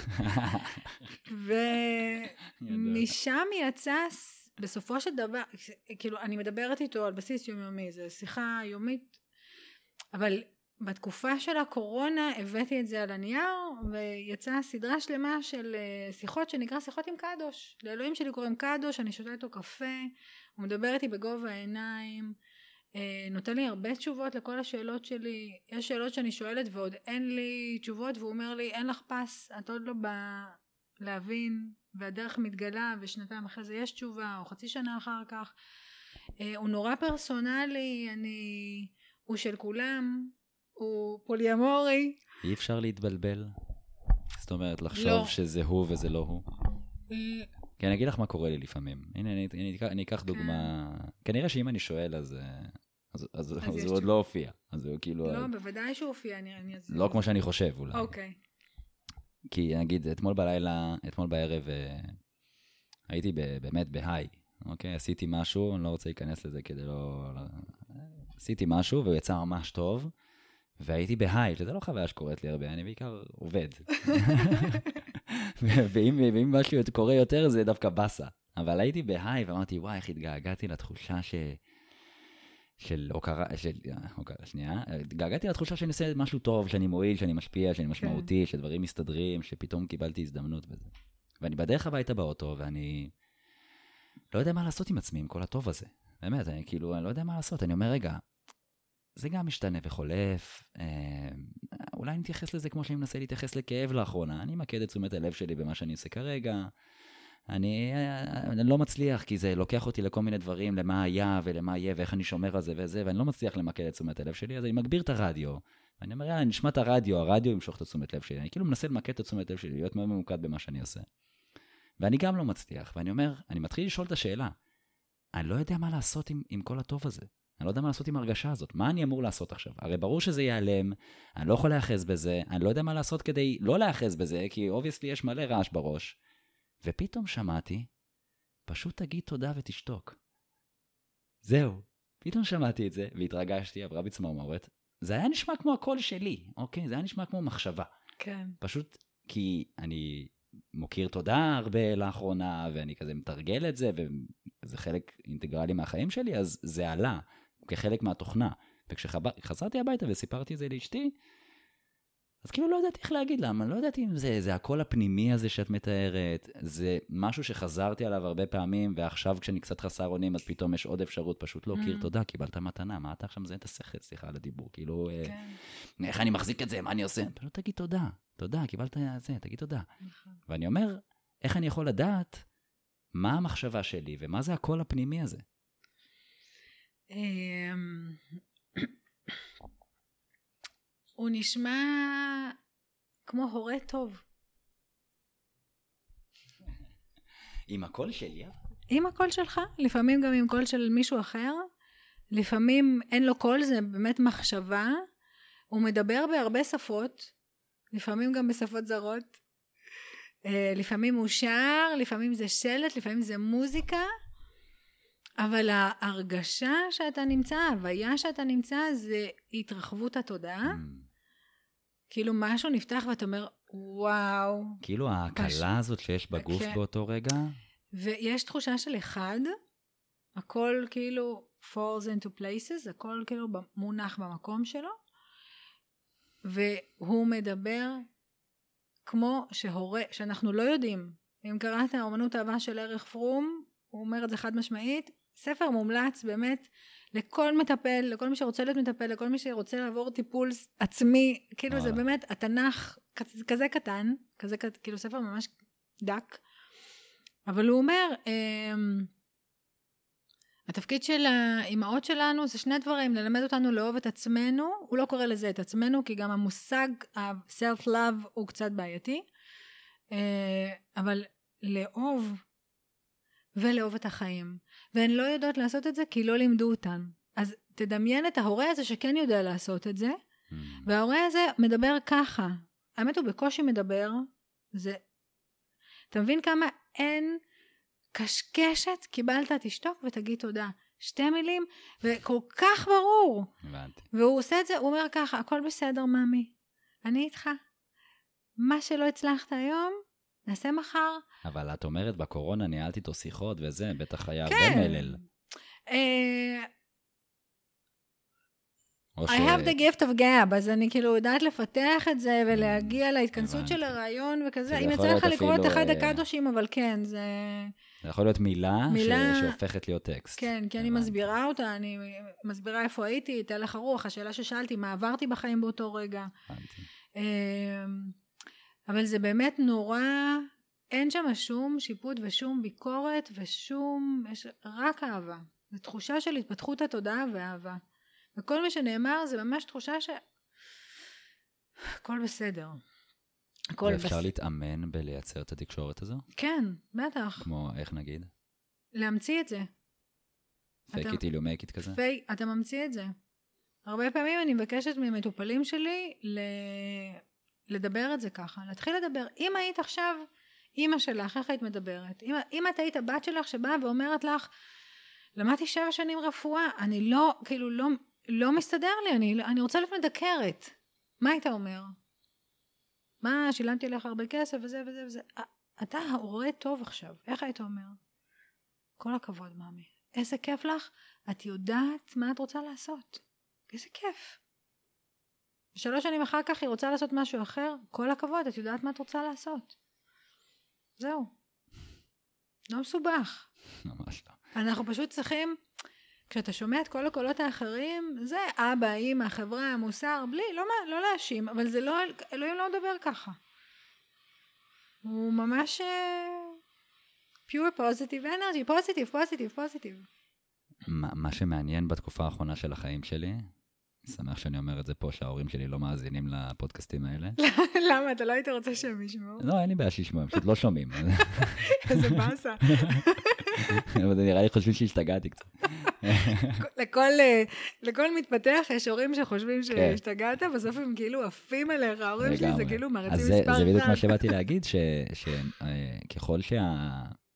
ומשם יצא, בסופו של דבר, כאילו, אני מדברת איתו על בסיס יומיומי, זו שיחה יומית, אבל בתקופה של הקורונה הבאתי את זה על הנייר, ויצאה סדרה שלמה של שיחות שנקרא שיחות עם קדוש. לאלוהים שלי קוראים קדוש, אני שותה איתו קפה, הוא מדבר איתי בגובה העיניים, נותן לי הרבה תשובות לכל השאלות שלי. יש שאלות שאני שואלת ועוד אין לי תשובות, והוא אומר לי, אין לך פס, את עוד לא בא להבין, והדרך מתגלה, ושנתיים אחרי זה יש תשובה, או חצי שנה אחר כך. הוא נורא פרסונלי, אני, הוא של כולם, הוא פוליאמורי. אי אפשר להתבלבל? זאת אומרת, לחשוב לא. שזה הוא וזה לא הוא? כי אני אגיד לך מה קורה לי לפעמים. הנה, אני, אני, אני אקח דוגמה. כנראה שאם אני שואל, אז, אז, אז, אז, אז הוא עוד לא הופיע. אז הוא כאילו... לא, בוודאי שהוא הופיע. אני, אני אז... לא כמו שאני חושב, אולי. אוקיי. כי נגיד, אתמול בלילה, אתמול בערב, הייתי באמת בהיי. אוקיי? עשיתי משהו, אני לא רוצה להיכנס לזה כדי לא... עשיתי משהו והוא יצא ממש טוב. והייתי בהיי, שזה לא חוויה שקורית לי הרבה, אני בעיקר עובד. ואם, ואם משהו קורה יותר, זה דווקא בסה. אבל הייתי בהיי ואמרתי, וואי, איך התגעגעתי לתחושה ש... של הוקרה, של... הוקרה, שנייה. התגעגעתי לתחושה שאני עושה משהו טוב, שאני מועיל, שאני משפיע, שאני משמעותי, כן. שדברים מסתדרים, שפתאום קיבלתי הזדמנות בזה. ואני בדרך הביתה באוטו, ואני לא יודע מה לעשות עם עצמי, עם כל הטוב הזה. באמת, אני כאילו, אני לא יודע מה לעשות. אני אומר, רגע, זה גם משתנה וחולף, אה, אולי נתייחס לזה כמו שאני מנסה להתייחס לכאב לאחרונה, אני מקד את תשומת הלב שלי במה שאני עושה כרגע, אני, אני לא מצליח, כי זה לוקח אותי לכל מיני דברים, למה היה ולמה יהיה, ואיך אני שומר על זה וזה, ואני לא מצליח למקד את תשומת הלב שלי, אז אני מגביר את הרדיו, ואני אומר, יאללה, נשמע את הרדיו, הרדיו ימשוך את תשומת הלב שלי, אני כאילו מנסה למקד את תשומת הלב שלי, להיות מאוד ממוקד במה שאני עושה. ואני גם לא מצליח, ואני אומר, אני מתחיל לשאול את השאלה, אני לא יודע מה לעשות עם, עם כל הטוב הזה. אני לא יודע מה לעשות עם הרגשה הזאת. מה אני אמור לעשות עכשיו? הרי ברור שזה ייעלם, אני לא יכול להאחז בזה, אני לא יודע מה לעשות כדי לא להאחז בזה, כי obviously יש מלא רעש בראש. ופתאום שמעתי, פשוט תגיד תודה ותשתוק. זהו. פתאום שמעתי את זה, והתרגשתי, עברה בי צמרמורת. זה היה נשמע כמו הקול שלי, אוקיי? זה היה נשמע כמו מחשבה. כן. פשוט כי אני מוקיר תודה הרבה לאחרונה, ואני כזה מתרגל את זה, וזה חלק אינטגרלי מהחיים שלי, אז זה עלה. כחלק מהתוכנה. וכשחזרתי הביתה וסיפרתי את זה לאשתי, אז כאילו לא ידעתי איך להגיד לה, אני לא ידעתי אם זה, זה הקול הפנימי הזה שאת מתארת, זה משהו שחזרתי עליו הרבה פעמים, ועכשיו כשאני קצת חסר אונים, אז פתאום יש עוד אפשרות, פשוט לא קיר תודה, קיבלת מתנה, מה אתה עכשיו מזיין את השכל, סליחה על הדיבור, כאילו, איך אני מחזיק את זה, מה אני עושה? פשוט תגיד תודה, תודה, קיבלת זה, תגיד תודה. ואני אומר, איך אני יכול לדעת מה המחשבה שלי, ומה זה הקול הפנימי הזה? הוא נשמע כמו הורה טוב. עם הקול שלי? עם הקול שלך, לפעמים גם עם קול של מישהו אחר, לפעמים אין לו קול, זה באמת מחשבה, הוא מדבר בהרבה שפות, לפעמים גם בשפות זרות, לפעמים הוא שר, לפעמים זה שלט, לפעמים זה מוזיקה, אבל ההרגשה שאתה נמצא, ההוויה שאתה נמצא, זה התרחבות התודעה. Mm. כאילו משהו נפתח ואתה אומר, וואו. כאילו ההקלה פש... הזאת שיש בגוף כן. באותו רגע. ויש תחושה של אחד, הכל כאילו falls into places, הכל כאילו מונח במקום שלו, והוא מדבר כמו שהורה, שאנחנו לא יודעים. אם קראת האמנות האהבה של ערך פרום, הוא אומר את זה חד משמעית, ספר מומלץ באמת לכל מטפל, לכל מי שרוצה להיות מטפל, לכל מי שרוצה לעבור טיפול עצמי, כאילו זה באמת התנ"ך כזה קטן, כזה כאילו ספר ממש דק, אבל הוא אומר, התפקיד של האימהות שלנו זה שני דברים, ללמד אותנו לאהוב את עצמנו, הוא לא קורא לזה את עצמנו, כי גם המושג self-love הוא קצת בעייתי, אבל לאהוב, ולאהוב את החיים. והן לא יודעות לעשות את זה כי לא לימדו אותן. אז תדמיין את ההורה הזה שכן יודע לעשות את זה, mm. וההורה הזה מדבר ככה. האמת הוא בקושי מדבר, זה, אתה מבין כמה אין קשקשת, קיבלת, תשתוק ותגיד תודה. שתי מילים, וכל כך ברור. הבנתי. והוא עושה את זה, הוא אומר ככה, הכל בסדר, מאמי. אני איתך. מה שלא הצלחת היום, נעשה מחר. אבל את אומרת, בקורונה ניהלתי איתו שיחות וזה, בטח היה כן. הרבה מלל. אה... או I ש... have the gift of gab, אז אני כאילו יודעת לפתח את זה, ולהגיע להתכנסות של הרעיון וכזה. אם יצא לך לקרוא את אחד הקדושים, אבל כן, זה... זה יכול להיות מילה, מילה... ש... שהופכת להיות טקסט. כן, כי אני מסבירה אותה, אני מסבירה איפה הייתי, תהיה לך רוח, השאלה ששאלתי, מה עברתי בחיים באותו רגע. אבל זה באמת נורא, אין שם שום שיפוט ושום ביקורת ושום, יש רק אהבה. זו תחושה של התפתחות התודעה ואהבה. וכל מה שנאמר זה ממש תחושה ש... הכל בסדר. הכל ואפשר בס... להתאמן בלייצר את התקשורת הזו? כן, בטח. כמו, איך נגיד? להמציא את זה. fake אתה... it till you make it כזה? fake, אתה ממציא את זה. הרבה פעמים אני מבקשת ממטופלים שלי ל... לדבר את זה ככה. להתחיל לדבר. אם היית עכשיו אמא שלך, איך היית מדברת? אם, אם את היית הבת שלך שבאה ואומרת לך, למדתי שבע שנים רפואה, אני לא, כאילו, לא, לא מסתדר לי, אני, אני רוצה להיות מדקרת. מה היית אומר? מה, שילמתי לך הרבה כסף וזה וזה וזה. אתה רואה טוב עכשיו, איך היית אומר? כל הכבוד, מאמי. איזה כיף לך, את יודעת מה את רוצה לעשות. איזה כיף. שלוש שנים אחר כך היא רוצה לעשות משהו אחר, כל הכבוד, את יודעת מה את רוצה לעשות. זהו. לא מסובך. ממש לא. אנחנו פשוט צריכים, כשאתה שומע את כל הקולות האחרים, זה אבא, אמא, החברה, המוסר, בלי, לא, לא להאשים, אבל זה לא, אלוהים לא מדבר ככה. הוא ממש pure positive energy, positive, positive, positive. מה, מה שמעניין בתקופה האחרונה של החיים שלי, שמח שאני אומר את זה פה, שההורים שלי לא מאזינים לפודקאסטים האלה. למה? אתה לא היית רוצה שהם ישמעו? לא, אין לי בעיה שישמעו, הם פשוט לא שומעים. איזה באסה. אבל זה נראה לי חושבים שהשתגעתי קצת. לכל מתפתח יש הורים שחושבים שהשתגעת, בסוף הם כאילו עפים עליך, ההורים שלי זה כאילו מרצים מספר אחד. אז זה בדיוק מה שבאתי להגיד, שככל שה...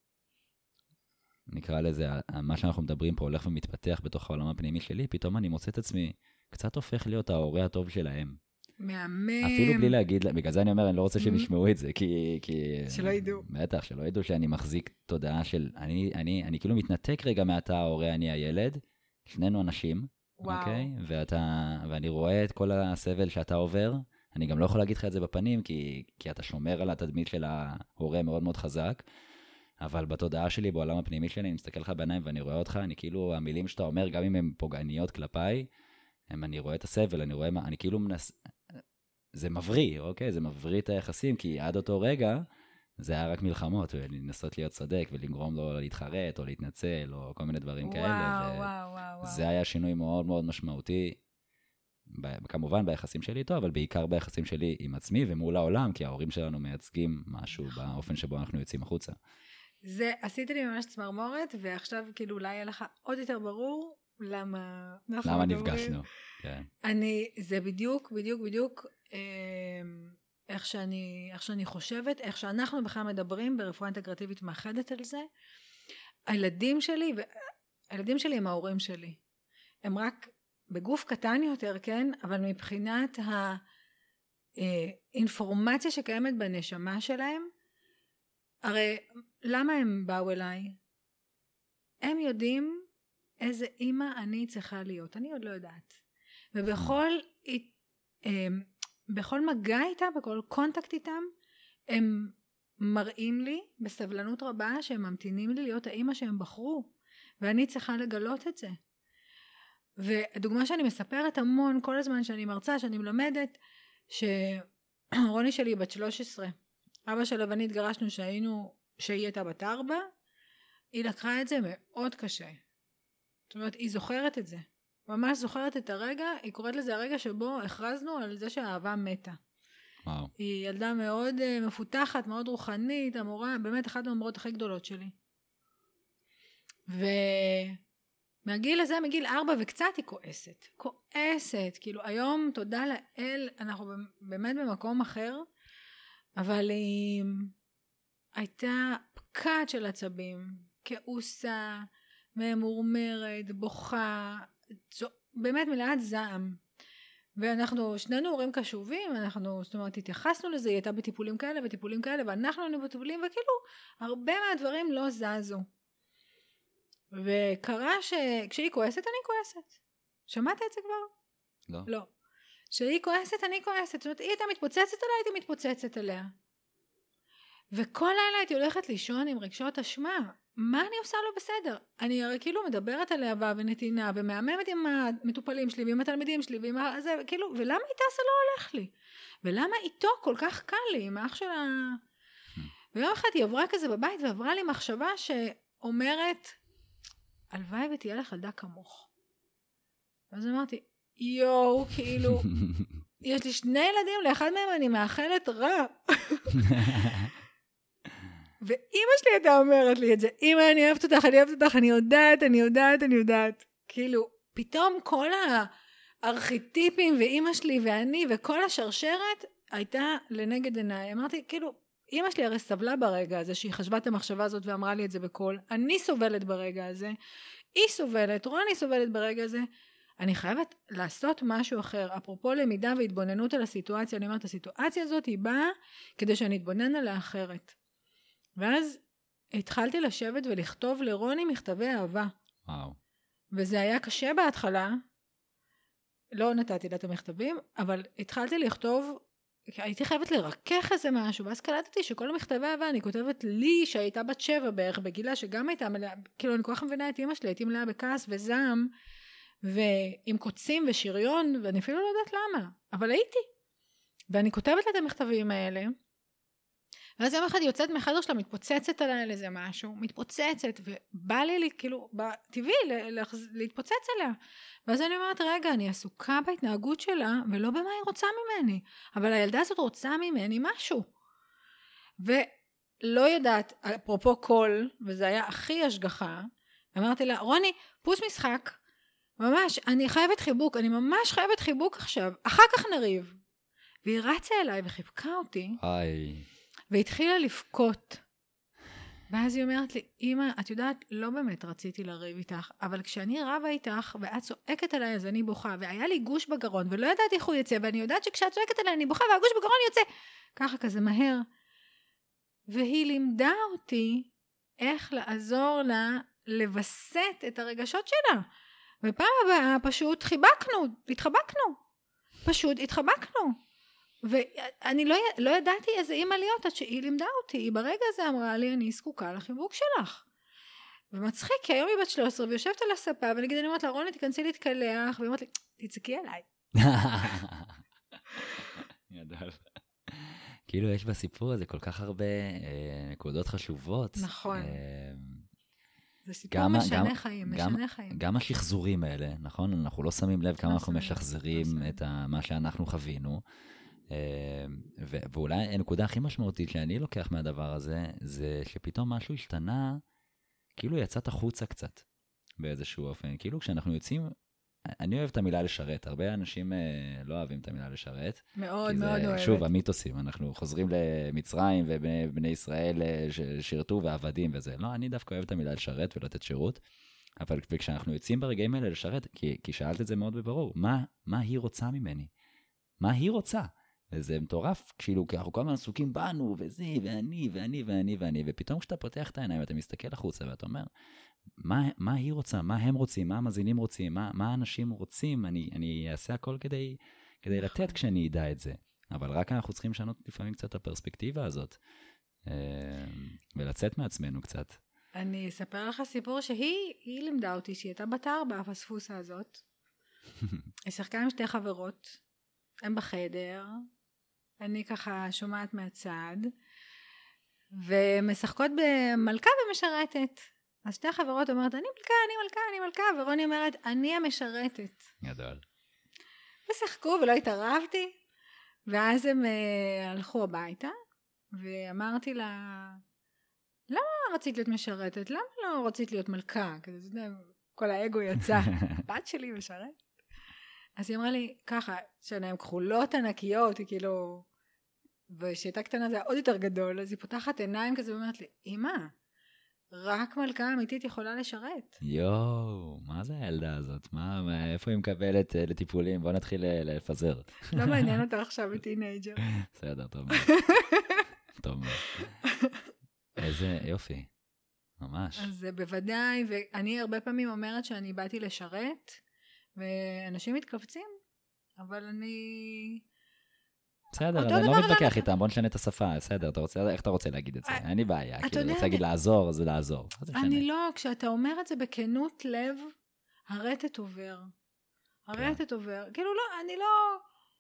נקרא לזה, מה שאנחנו מדברים פה הולך ומתפתח בתוך העולם הפנימי שלי, פתאום אני מוצא את עצמי קצת הופך להיות ההורה הטוב שלהם. מהמם. אפילו בלי להגיד, בגלל זה אני אומר, אני לא רוצה שהם ישמעו את זה, כי... שלא ידעו. בטח, שלא ידעו שאני מחזיק תודעה של, אני, אני, אני כאילו מתנתק רגע מעתה ההורה, אני הילד, שנינו אנשים, אוקיי? ואתה, ואני רואה את כל הסבל שאתה עובר, אני גם לא יכול להגיד לך את זה בפנים, כי, כי אתה שומר על התדמית של ההורה מאוד מאוד חזק, אבל בתודעה שלי, בעולם הפנימי שלי, אני מסתכל לך בעיניים ואני רואה אותך, אני כאילו, המילים שאתה אומר, גם אם הן פוגעניות כלפיי, הם, אני רואה את הסבל, אני רואה, אני כאילו מנס... זה מבריא, אוקיי? זה מבריא את היחסים, כי עד אותו רגע, זה היה רק מלחמות, ולנסות להיות צודק, ולגרום לו להתחרט, או להתנצל, או כל מיני דברים וואו, כאלה. וואו, וואו, וואו. זה היה שינוי מאוד מאוד משמעותי, כמובן ביחסים שלי איתו, אבל בעיקר ביחסים שלי עם עצמי ומול העולם, כי ההורים שלנו מייצגים משהו באופן שבו אנחנו יוצאים החוצה. זה, עשיתי לי ממש צמרמורת, ועכשיו כאילו אולי יהיה לך עוד יותר ברור למה... למה נפגשנו, כן. אני, זה בדיוק, בדיוק, בדיוק, איך שאני, איך שאני חושבת, איך שאנחנו בכלל מדברים ברפואה אינטגרטיבית מאחדת על זה. הילדים שלי, הילדים שלי הם ההורים שלי. הם רק בגוף קטן יותר, כן? אבל מבחינת האינפורמציה שקיימת בנשמה שלהם, הרי למה הם באו אליי? הם יודעים איזה אימא אני צריכה להיות. אני עוד לא יודעת. ובכל בכל מגע איתה, בכל קונטקט איתם, הם מראים לי בסבלנות רבה שהם ממתינים לי להיות האימא שהם בחרו. ואני צריכה לגלות את זה. והדוגמה שאני מספרת המון כל הזמן שאני מרצה, שאני מלמדת, שרוני שלי בת שלוש עשרה. אבא שלה ואני התגרשנו שהיינו, שהיא הייתה בת ארבע, היא לקחה את זה מאוד קשה. זאת אומרת, היא זוכרת את זה. ממש זוכרת את הרגע, היא קוראת לזה הרגע שבו הכרזנו על זה שהאהבה מתה. וואו. היא ילדה מאוד uh, מפותחת, מאוד רוחנית, המורה, באמת אחת מהמורות הכי גדולות שלי. ומהגיל הזה, מגיל ארבע וקצת היא כועסת. כועסת, כאילו היום תודה לאל, אנחנו באמת במקום אחר, אבל היא הייתה פקעת של עצבים, כעוסה, ממורמרת, בוכה, באמת מלאת זעם. ואנחנו שנינו הורים קשובים, אנחנו, זאת אומרת, התייחסנו לזה, היא הייתה בטיפולים כאלה וטיפולים כאלה, ואנחנו היינו בטיפולים, וכאילו, הרבה מהדברים לא זזו. וקרה שכשהיא כועסת, אני כועסת. שמעת את זה כבר? לא. לא. כשהיא כועסת, אני כועסת. זאת אומרת, היא הייתה מתפוצצת עליה, הייתי מתפוצצת עליה. וכל לילה הייתי הולכת לישון עם רגשות אשמה. מה אני עושה לא בסדר? אני הרי כאילו מדברת על אהבה ונתינה, ומהממת עם המטופלים שלי, ועם התלמידים שלי, ועם זה, כאילו, ולמה איתה זה לא הולך לי? ולמה איתו כל כך קל לי, עם האח שלה? ויום אחד היא עברה כזה בבית, ועברה לי מחשבה שאומרת, הלוואי ותהיה לך ילדה כמוך. ואז אמרתי, יואו, כאילו, יש לי שני ילדים, לאחד מהם אני מאחלת רע. ואמא שלי הייתה אומרת לי את זה, אמא אני אוהבת אותך, אני אוהבת אותך, אני יודעת, אני יודעת, אני יודעת. כאילו, פתאום כל הארכיטיפים ואמא שלי ואני וכל השרשרת הייתה לנגד עיניי. אמרתי, כאילו, אמא שלי הרי סבלה ברגע הזה, שהיא חשבה את המחשבה הזאת ואמרה לי את זה בכל. אני סובלת ברגע הזה, היא סובלת, רוני סובלת ברגע הזה. אני חייבת לעשות משהו אחר. אפרופו למידה והתבוננות על הסיטואציה, אני אומרת, הסיטואציה הזאת היא באה כדי שאני אתבונן עליה אחרת. ואז התחלתי לשבת ולכתוב לרוני מכתבי אהבה. וואו. וזה היה קשה בהתחלה, לא נתתי לה את המכתבים, אבל התחלתי לכתוב, הייתי חייבת לרכך איזה משהו, ואז קלטתי שכל המכתבי אהבה אני כותבת לי, שהייתה בת שבע בערך בגילה, שגם הייתה מלאה, כאילו אני כל כך מבינה את אמא שלי, הייתי מלאה בכעס וזעם, ועם קוצים ושריון, ואני אפילו לא יודעת למה, אבל הייתי. ואני כותבת לה את המכתבים האלה, ואז יום אחד יוצאת מחדר שלה, מתפוצצת עליה על איזה משהו, מתפוצצת, ובא לי, לי כאילו, טבעי, להתפוצץ עליה. ואז אני אומרת, רגע, אני עסוקה בהתנהגות שלה, ולא במה היא רוצה ממני. אבל הילדה הזאת רוצה ממני משהו. ולא יודעת, אפרופו קול, וזה היה הכי השגחה, אמרתי לה, רוני, פוס משחק, ממש, אני חייבת חיבוק, אני ממש חייבת חיבוק עכשיו, אחר כך נריב. והיא רצה אליי וחיבקה אותי. היי. והתחילה לפקוט. ואז היא אומרת לי, אמא, את יודעת, לא באמת רציתי לריב איתך, אבל כשאני רבה איתך, ואת צועקת עליי, אז אני בוכה, והיה לי גוש בגרון, ולא ידעתי איך הוא יצא, ואני יודעת שכשאת צועקת עליי, אני בוכה, והגוש בגרון יוצא. ככה כזה מהר. והיא לימדה אותי איך לעזור לה לבסט את הרגשות שלה. ופעם הבאה פשוט חיבקנו, התחבקנו. פשוט התחבקנו. ואני לא, לא ידעתי איזה אימא להיות, עד שהיא לימדה אותי, היא ברגע הזה אמרה לי, אני זקוקה לחיבוק שלך. ומצחיק, כי היום היא בת שלוש עשרה, ויושבת על הספה, ונגיד אני אומרת לה, רוני, תכנסי להתקלח, והיא אומרת לי, תצעקי עליי. ידל. כאילו יש בסיפור הזה כל כך הרבה אה, נקודות חשובות. נכון. אה, זה סיפור גם, משנה גם, חיים, גם, משנה חיים. גם השחזורים האלה, נכון? אנחנו לא שמים לב כמה אנחנו משחזרים את מה שאנחנו חווינו. ואולי הנקודה הכי משמעותית שאני לוקח מהדבר הזה, זה שפתאום משהו השתנה, כאילו יצאת החוצה קצת, באיזשהו אופן. כאילו כשאנחנו יוצאים, אני אוהב את המילה לשרת, הרבה אנשים לא אוהבים את המילה לשרת. מאוד מאוד אוהבת. שוב, המיתוסים, אנחנו חוזרים למצרים, ובני ישראל שירתו ועבדים וזה. לא, אני דווקא אוהב את המילה לשרת ולתת שירות, אבל כשאנחנו יוצאים ברגעים האלה לשרת, כי, כי שאלת את זה מאוד בברור, מה, מה היא רוצה ממני? מה היא רוצה? וזה מטורף, כאילו, כי אנחנו כל הזמן עסוקים בנו, וזה, ואני, ואני, ואני, ואני, ופתאום כשאתה פותח את העיניים, אתה מסתכל החוצה, ואתה אומר, מה, מה היא רוצה, מה הם רוצים, מה המאזינים רוצים, מה, מה האנשים רוצים, אני, אני אעשה הכל כדי, כדי לתת כשאני אדע את זה. אבל רק אנחנו צריכים לשנות לפעמים קצת את הפרספקטיבה הזאת, ולצאת מעצמנו קצת. אני אספר לך סיפור שהיא, היא לימדה אותי, שהיא הייתה בת ארבע, הפספוסה הזאת. היא שיחקה עם שתי חברות, הם בחדר, אני ככה שומעת מהצד, ומשחקות במלכה ומשרתת. אז שתי החברות אומרת, אני מלכה, אני מלכה, אני מלכה, ורוני אומרת, אני המשרתת. גדול. ושחקו ולא התערבתי, ואז הם uh, הלכו הביתה, ואמרתי לה, למה רצית להיות משרתת? למה לא רצית להיות מלכה? כזה, כל האגו יצא, בת שלי משרת. אז היא אמרה לי, ככה, שהן כחולות ענקיות, היא כאילו, ושהייתה קטנה זה היה עוד יותר גדול, אז היא פותחת עיניים כזה ואומרת לי, אמא, רק מלכה אמיתית יכולה לשרת. יואו, מה זה הילדה הזאת? מה, מה, איפה היא מקבלת uh, לטיפולים? בוא נתחיל לפזר. לא מעניין אותה עכשיו בטינג'ר. בסדר, טוב מאוד. טוב מאוד. איזה יופי. ממש. אז בוודאי, ואני הרבה פעמים אומרת שאני באתי לשרת, ואנשים מתכווצים, אבל אני... בסדר, אז אני לא מתווכח איתם, בוא נשנה את השפה, בסדר, אתה רוצה, איך אתה רוצה להגיד את זה? אין לי בעיה, כאילו, אני רוצה להגיד לעזור, אז זה לעזור. אני לא, כשאתה אומר את זה בכנות לב, הרטט עובר. הרטט עובר. כאילו, לא, אני לא...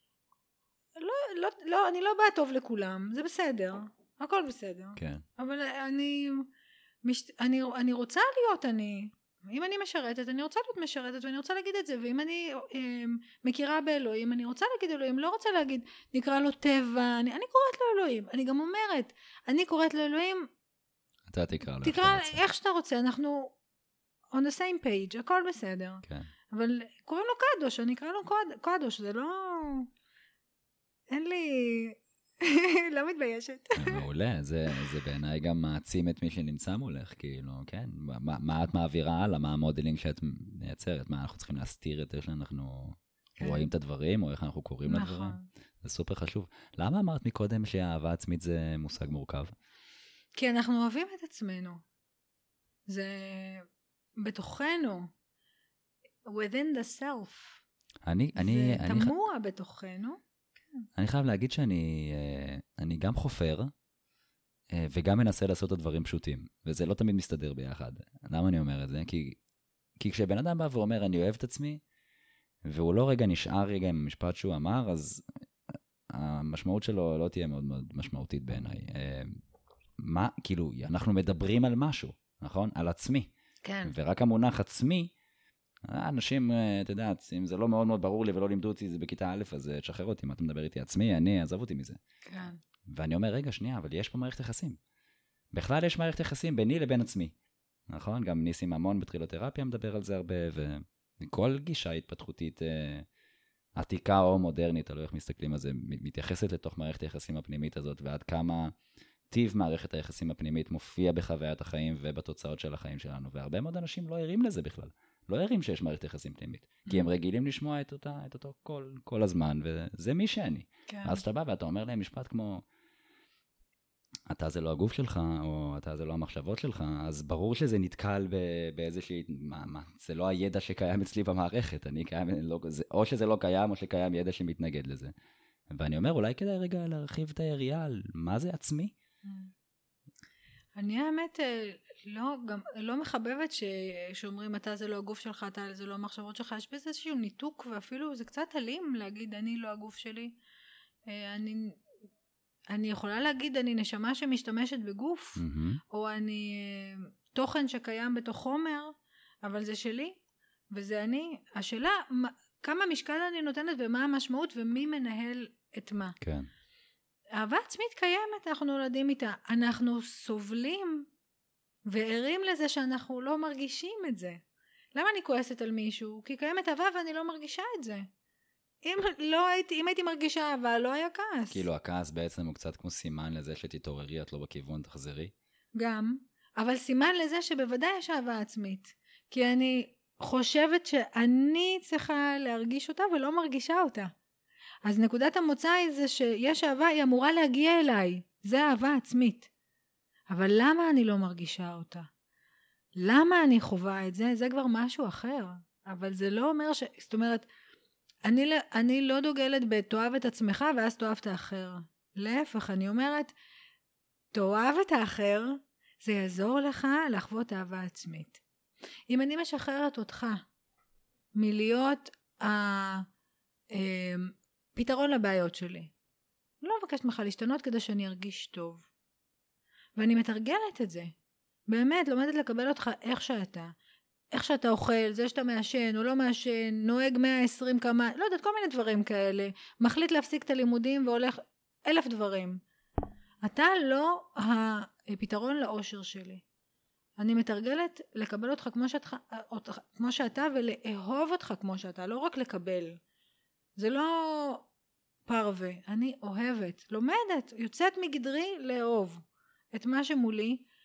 לא, לא, אני לא באה טוב לכולם, זה בסדר, הכל בסדר. כן. אבל אני... אני, אני רוצה להיות אני, אם אני משרתת, אני רוצה להיות משרתת, ואני רוצה להגיד את זה, ואם אני אה, מכירה באלוהים, אני רוצה להגיד אלוהים, לא רוצה להגיד, נקרא לו טבע, אני, אני קוראת לו אלוהים, אני גם אומרת, אני קוראת לו אלוהים, אתה תקרא לו, תקרא איך שאתה רוצה, אנחנו on the same page, הכל בסדר. כן. אבל קוראים לו קדוש, אני אקרא לו קוד, קדוש, זה לא, אין לי... לא מתביישת. מעולה, זה, זה בעיניי גם מעצים את מי שנמצא מולך, כאילו, כן? מה, מה את מעבירה הלאה? מה המודלינג שאת מייצרת? מה, אנחנו צריכים להסתיר את איך שאנחנו כן. רואים את הדברים, או איך אנחנו קוראים נכון. לדברים? זה סופר חשוב. למה אמרת מקודם שהאהבה עצמית זה מושג מורכב? כי אנחנו אוהבים את עצמנו. זה בתוכנו. within the self. אני, אני, זה אני, תמוה אני... בתוכנו. אני חייב להגיד שאני אני גם חופר, וגם מנסה לעשות את הדברים פשוטים, וזה לא תמיד מסתדר ביחד. למה אני אומר את זה? כי, כי כשבן אדם בא ואומר, אני אוהב את עצמי, והוא לא רגע נשאר רגע עם המשפט שהוא אמר, אז המשמעות שלו לא תהיה מאוד מאוד משמעותית בעיניי. מה, כאילו, אנחנו מדברים על משהו, נכון? על עצמי. כן. ורק המונח עצמי, אנשים, אתה יודעת, אם זה לא מאוד מאוד ברור לי ולא לימדו אותי זה בכיתה א', אז תשחרר אותי, מה אתה מדבר איתי עצמי, אני, עזב אותי מזה. כן. ואני אומר, רגע, שנייה, אבל יש פה מערכת יחסים. בכלל יש מערכת יחסים ביני לבין עצמי. נכון? גם ניסים המון בטרילותרפיה מדבר על זה הרבה, וכל גישה התפתחותית אה, עתיקה או מודרנית, תלוי איך מסתכלים על זה, מתייחסת לתוך מערכת היחסים הפנימית הזאת, ועד כמה טיב מערכת היחסים הפנימית מופיע בחוויית החיים ובתוצאות של החיים שלנו, והרבה מאוד אנשים לא ערים לזה בכלל. לא ערים שיש מערכת יחסים פנימית, כי הם רגילים לשמוע את אותה, את אותו כל, כל הזמן, וזה מי שאני. כן. אז אתה בא ואתה אומר להם משפט כמו, אתה זה לא הגוף שלך, או אתה זה לא המחשבות שלך, אז ברור שזה נתקל באיזושהי, מה, מה, זה לא הידע שקיים אצלי במערכת, אני קיים, לא, זה, או שזה לא קיים, או שקיים ידע שמתנגד לזה. ואני אומר, אולי כדאי רגע להרחיב את היריעה על מה זה עצמי? אני האמת לא, גם, לא מחבבת ש, שאומרים אתה זה לא הגוף שלך, אתה זה לא המחשבות שלך, יש בזה איזשהו ניתוק, ואפילו זה קצת אלים להגיד אני לא הגוף שלי. אני, אני יכולה להגיד אני נשמה שמשתמשת בגוף, mm-hmm. או אני תוכן שקיים בתוך חומר, אבל זה שלי, וזה אני. השאלה, כמה משקל אני נותנת ומה המשמעות ומי מנהל את מה. כן. אהבה עצמית קיימת, אנחנו נולדים איתה. אנחנו סובלים וערים לזה שאנחנו לא מרגישים את זה. למה אני כועסת על מישהו? כי קיימת אהבה ואני לא מרגישה את זה. אם, לא הייתי, אם הייתי מרגישה אהבה, לא היה כעס. כאילו הכעס בעצם הוא קצת כמו סימן לזה שתתעוררי, את לא בכיוון, תחזרי. גם, אבל סימן לזה שבוודאי יש אהבה עצמית. כי אני חושבת שאני צריכה להרגיש אותה ולא מרגישה אותה. אז נקודת המוצא היא זה שיש אהבה, היא אמורה להגיע אליי. זה אהבה עצמית. אבל למה אני לא מרגישה אותה? למה אני חווה את זה? זה כבר משהו אחר. אבל זה לא אומר ש... זאת אומרת, אני, אני לא דוגלת בתאהב את עצמך ואז תאהב את האחר. להפך, אני אומרת, תאהב את האחר, זה יעזור לך לחוות אהבה עצמית. אם אני משחררת אותך מלהיות ה... פתרון לבעיות שלי. לא מבקשת ממך להשתנות כדי שאני ארגיש טוב. ואני מתרגלת את זה. באמת, לומדת לקבל אותך איך שאתה. איך שאתה אוכל, זה שאתה מעשן או לא מעשן, נוהג מאה ועשרים כמה, לא יודעת, כל מיני דברים כאלה. מחליט להפסיק את הלימודים והולך אלף דברים. אתה לא הפתרון לאושר שלי. אני מתרגלת לקבל אותך כמו שאתה, כמו שאתה ולאהוב אותך כמו שאתה, לא רק לקבל. זה לא פרווה, אני אוהבת, לומדת, יוצאת מגדרי לאהוב את מה שמולי.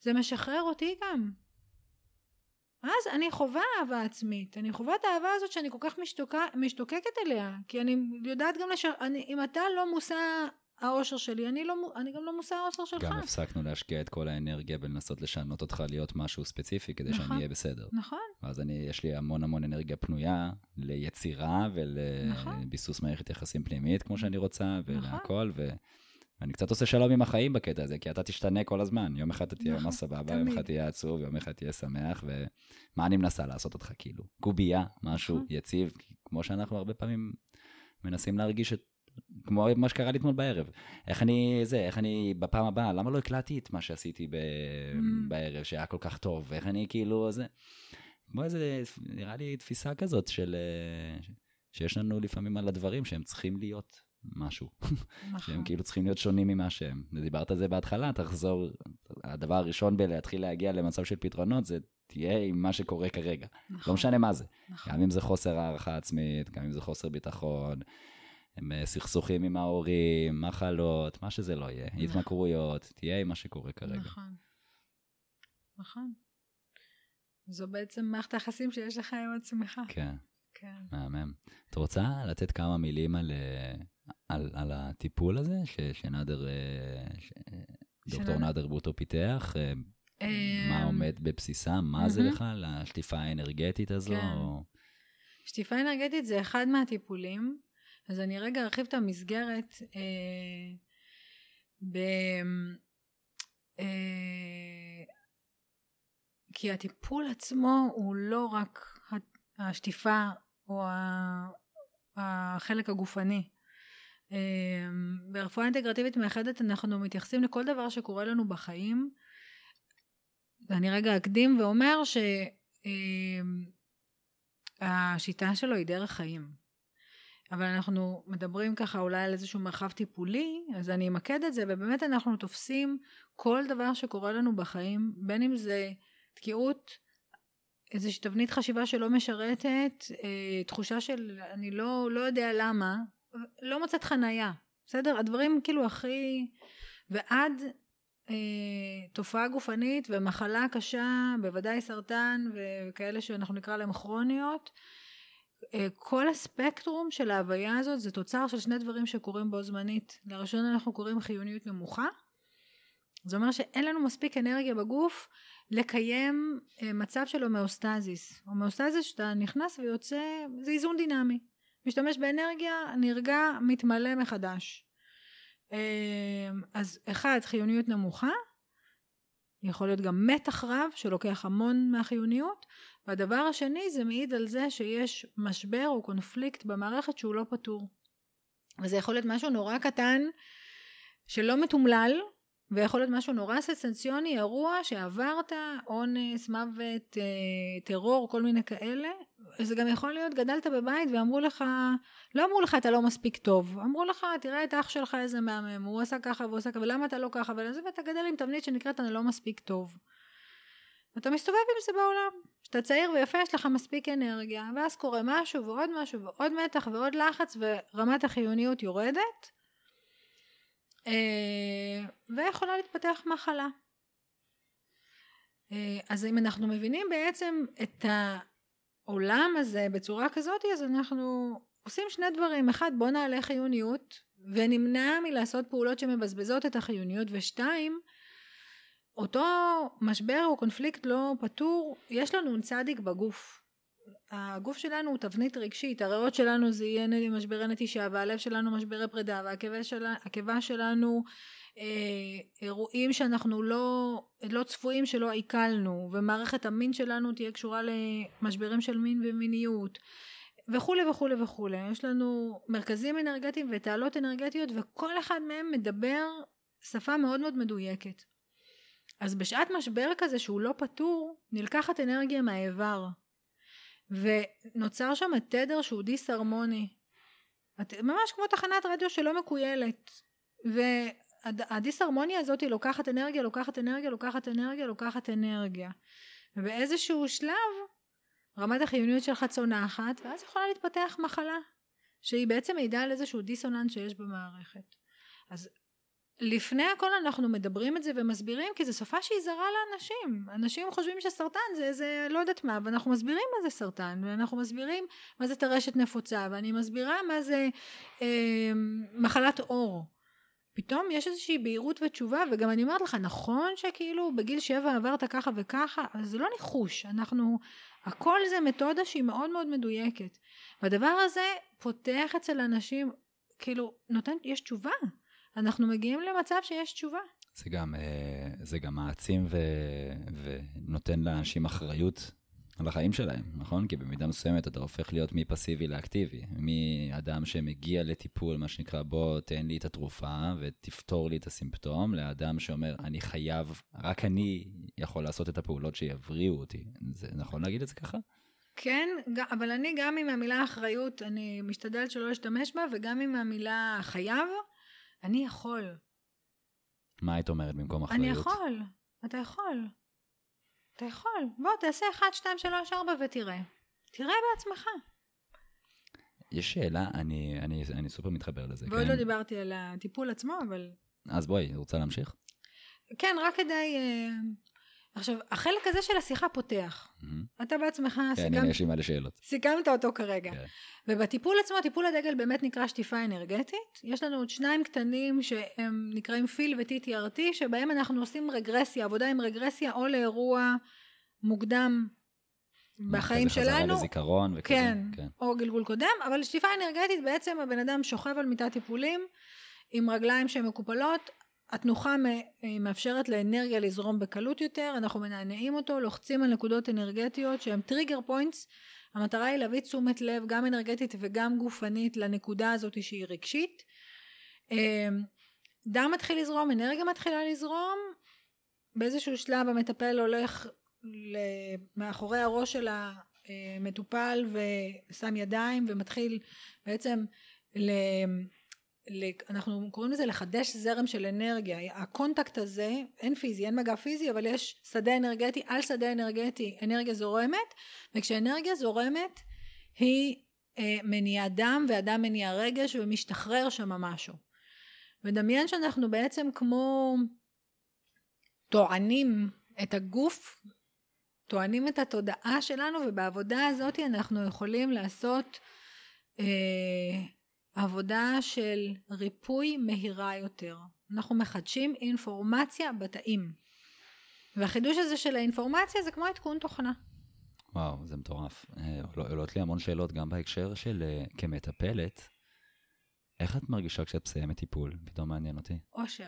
זה משחרר אותי גם. אז אני חווה אהבה עצמית, אני חווה את האהבה הזאת שאני כל כך משתוקק, משתוקקת אליה, כי אני יודעת גם, לש... אני, אם אתה לא מושא האושר שלי, אני, לא, אני גם לא מושא האושר שלך. גם הפסקנו להשקיע את כל האנרגיה ולנסות לשנות אותך להיות משהו ספציפי, כדי נכון, שאני אהיה בסדר. נכון. אז אני, יש לי המון המון אנרגיה פנויה ליצירה ולביסוס נכון. מערכת יחסים פנימית, כמו שאני רוצה, ולהכל, ו... אני קצת עושה שלום עם החיים בקטע הזה, כי אתה תשתנה כל הזמן. יום אחד אתה תהיה ממש סבבה, יום אחד תהיה עצוב, יום אחד תהיה שמח, ומה אני מנסה לעשות אותך כאילו? קובייה, משהו יציב, כמו שאנחנו הרבה פעמים מנסים להרגיש, כמו מה שקרה לי אתמול בערב. איך אני, זה, איך אני בפעם הבאה, למה לא הקלטתי את מה שעשיתי בערב, שהיה כל כך טוב, ואיך אני כאילו, זה, כמו איזה, נראה לי תפיסה כזאת של, שיש לנו לפעמים על הדברים שהם צריכים להיות משהו, שהם כאילו צריכים להיות שונים ממה שהם. ודיברת על זה בהתחלה, תחזור, הדבר הראשון בלהתחיל להגיע למצב של פתרונות, זה תהיה עם מה שקורה כרגע. לא משנה מה זה. גם אם זה חוסר הערכה עצמית, גם אם זה חוסר ביטחון, הם סכסוכים עם ההורים, מחלות, מה שזה לא יהיה, התמכרויות, תהיה עם מה שקורה כרגע. נכון. נכון. זו בעצם מערכת היחסים שיש לך עם עצמך. כן. כן. מהמם. את רוצה לתת כמה מילים על, על, על הטיפול הזה, ש, שנאדר, ש, דוקטור נאדר בוטו פיתח? מה עומד בבסיסה? מה זה לך? השטיפה האנרגטית הזו? כן. או... שטיפה אנרגטית זה אחד מהטיפולים, אז אני רגע ארחיב את המסגרת, אה, ב... אה, כי הטיפול עצמו הוא לא רק השטיפה, או החלק הגופני. ברפואה אינטגרטיבית מאחדת אנחנו מתייחסים לכל דבר שקורה לנו בחיים. אני רגע אקדים ואומר שהשיטה שלו היא דרך חיים. אבל אנחנו מדברים ככה אולי על איזשהו מרחב טיפולי, אז אני אמקד את זה, ובאמת אנחנו תופסים כל דבר שקורה לנו בחיים, בין אם זה תקיעות, איזושהי תבנית חשיבה שלא משרתת, אה, תחושה של אני לא, לא יודע למה, לא מוצאת חנייה, בסדר? הדברים כאילו הכי, ועד אה, תופעה גופנית ומחלה קשה, בוודאי סרטן וכאלה שאנחנו נקרא להם כרוניות, אה, כל הספקטרום של ההוויה הזאת זה תוצר של שני דברים שקורים בו זמנית. לראשון אנחנו קוראים חיוניות נמוכה, זה אומר שאין לנו מספיק אנרגיה בגוף, לקיים מצב של הומאוסטזיס. הומאוסטזיס שאתה נכנס ויוצא, זה איזון דינמי. משתמש באנרגיה, נרגע, מתמלא מחדש. אז אחד, חיוניות נמוכה, יכול להיות גם מתח רב, שלוקח המון מהחיוניות, והדבר השני זה מעיד על זה שיש משבר או קונפליקט במערכת שהוא לא פתור. וזה יכול להיות משהו נורא קטן, שלא מתומלל, ויכול להיות משהו נורא סנסציוני, אירוע שעברת, אונס, מוות, טרור, כל מיני כאלה. זה גם יכול להיות, גדלת בבית ואמרו לך, לא אמרו לך אתה לא מספיק טוב, אמרו לך תראה את אח שלך איזה מהמם, הוא עשה ככה והוא עשה ככה, ולמה אתה לא ככה, ולזה ואתה גדל עם תבנית שנקראת אני לא מספיק טוב. ואתה מסתובב עם זה בעולם, שאתה צעיר ויפה יש לך מספיק אנרגיה, ואז קורה משהו ועוד משהו ועוד מתח ועוד לחץ, ורמת החיוניות יורדת, ויכולה להתפתח מחלה. אז אם אנחנו מבינים בעצם את העולם הזה בצורה כזאת, אז אנחנו עושים שני דברים. אחד, בוא נעלה חיוניות ונמנע מלעשות פעולות שמבזבזות את החיוניות, ושתיים, אותו משבר או קונפליקט לא פתור, יש לנו צדיק בגוף. הגוף שלנו הוא תבנית רגשית, הריאות שלנו זה יהיה משברי נטישה, והלב שלנו משברי פרידה, והקיבה שלנו אה, אירועים שאנחנו לא, לא צפויים שלא עיכלנו, ומערכת המין שלנו תהיה קשורה למשברים של מין ומיניות, וכו' וכו' וכו'. יש לנו מרכזים אנרגטיים ותעלות אנרגטיות, וכל אחד מהם מדבר שפה מאוד מאוד מדויקת. אז בשעת משבר כזה שהוא לא פתור, נלקחת אנרגיה מהאיבר, ונוצר שם תדר שהוא דיסהרמוני, ממש כמו תחנת רדיו שלא מקוילת, והדיסהרמוניה הזאת היא לוקחת אנרגיה, לוקחת אנרגיה, לוקחת אנרגיה, לוקחת אנרגיה, ובאיזשהו שלב רמת החיוניות שלך צונחת, ואז יכולה להתפתח מחלה, שהיא בעצם מעידה על איזשהו דיסוננס שיש במערכת. אז לפני הכל אנחנו מדברים את זה ומסבירים, כי זו שפה שהיא זרה לאנשים. אנשים חושבים שסרטן זה, זה לא יודעת מה, ואנחנו מסבירים מה זה סרטן, ואנחנו מסבירים מה זה טרשת נפוצה, ואני מסבירה מה זה אה, מחלת אור. פתאום יש איזושהי בהירות ותשובה, וגם אני אומרת לך, נכון שכאילו בגיל שבע עברת ככה וככה, אז זה לא ניחוש, אנחנו, הכל זה מתודה שהיא מאוד מאוד מדויקת. והדבר הזה פותח אצל אנשים, כאילו, נותן, יש תשובה. אנחנו מגיעים למצב שיש תשובה. זה גם, זה גם מעצים ו, ונותן לאנשים אחריות על החיים שלהם, נכון? כי במידה מסוימת אתה הופך להיות מפסיבי לאקטיבי, מאדם שמגיע לטיפול, מה שנקרא, בוא תן לי את התרופה ותפתור לי את הסימפטום, לאדם שאומר, אני חייב, רק אני יכול לעשות את הפעולות שיבריאו אותי. זה נכון להגיד את זה ככה? כן, אבל אני גם עם המילה אחריות, אני משתדלת שלא להשתמש בה, וגם עם המילה חייב, אני יכול. מה היית אומרת במקום אחריות? אני יכול, אתה יכול. אתה יכול. בוא, תעשה אחת, שתיים, שלוש, ארבע ותראה. תראה בעצמך. יש שאלה, אני, אני, אני סופר מתחבר לזה. ועוד כן? לא דיברתי על הטיפול עצמו, אבל... אז בואי, רוצה להמשיך? כן, רק כדי... עכשיו, החלק הזה של השיחה פותח. Mm-hmm. אתה בעצמך כן, סיכמת... כן, יש לי מלא שאלות. סיכמת אותו כרגע. כן. ובטיפול עצמו, טיפול הדגל באמת נקרא שטיפה אנרגטית. יש לנו עוד שניים קטנים שהם נקראים פיל ו-טי טי אר טי, שבהם אנחנו עושים רגרסיה, עבודה עם רגרסיה או לאירוע מוקדם בחיים שלנו. כזה חזרה לזיכרון וכזה. כן, כן, או גלגול קודם, אבל שטיפה אנרגטית בעצם הבן אדם שוכב על מיטת טיפולים, עם רגליים שהן מקופלות, התנוחה מאפשרת לאנרגיה לזרום בקלות יותר, אנחנו מנענעים אותו, לוחצים על נקודות אנרגטיות שהן טריגר פוינטס, המטרה היא להביא תשומת לב גם אנרגטית וגם גופנית לנקודה הזאת שהיא רגשית. דם מתחיל לזרום, אנרגיה מתחילה לזרום, באיזשהו שלב המטפל הולך מאחורי הראש של המטופל ושם ידיים ומתחיל בעצם ל... אנחנו קוראים לזה לחדש זרם של אנרגיה. הקונטקט הזה, אין פיזי, אין מגע פיזי, אבל יש שדה אנרגטי, על שדה אנרגטי אנרגיה זורמת, וכשאנרגיה זורמת היא אה, מניעה דם, והדם מניע רגש ומשתחרר שם משהו. ודמיין שאנחנו בעצם כמו טוענים את הגוף, טוענים את התודעה שלנו, ובעבודה הזאת אנחנו יכולים לעשות אה, עבודה של ריפוי מהירה יותר. אנחנו מחדשים אינפורמציה בתאים. והחידוש הזה של האינפורמציה זה כמו עדכון תוכנה. וואו, זה מטורף. עולות לי המון שאלות גם בהקשר של כמטפלת. איך את מרגישה כשאת מסיימת טיפול? פתאום מעניין אותי. אושר.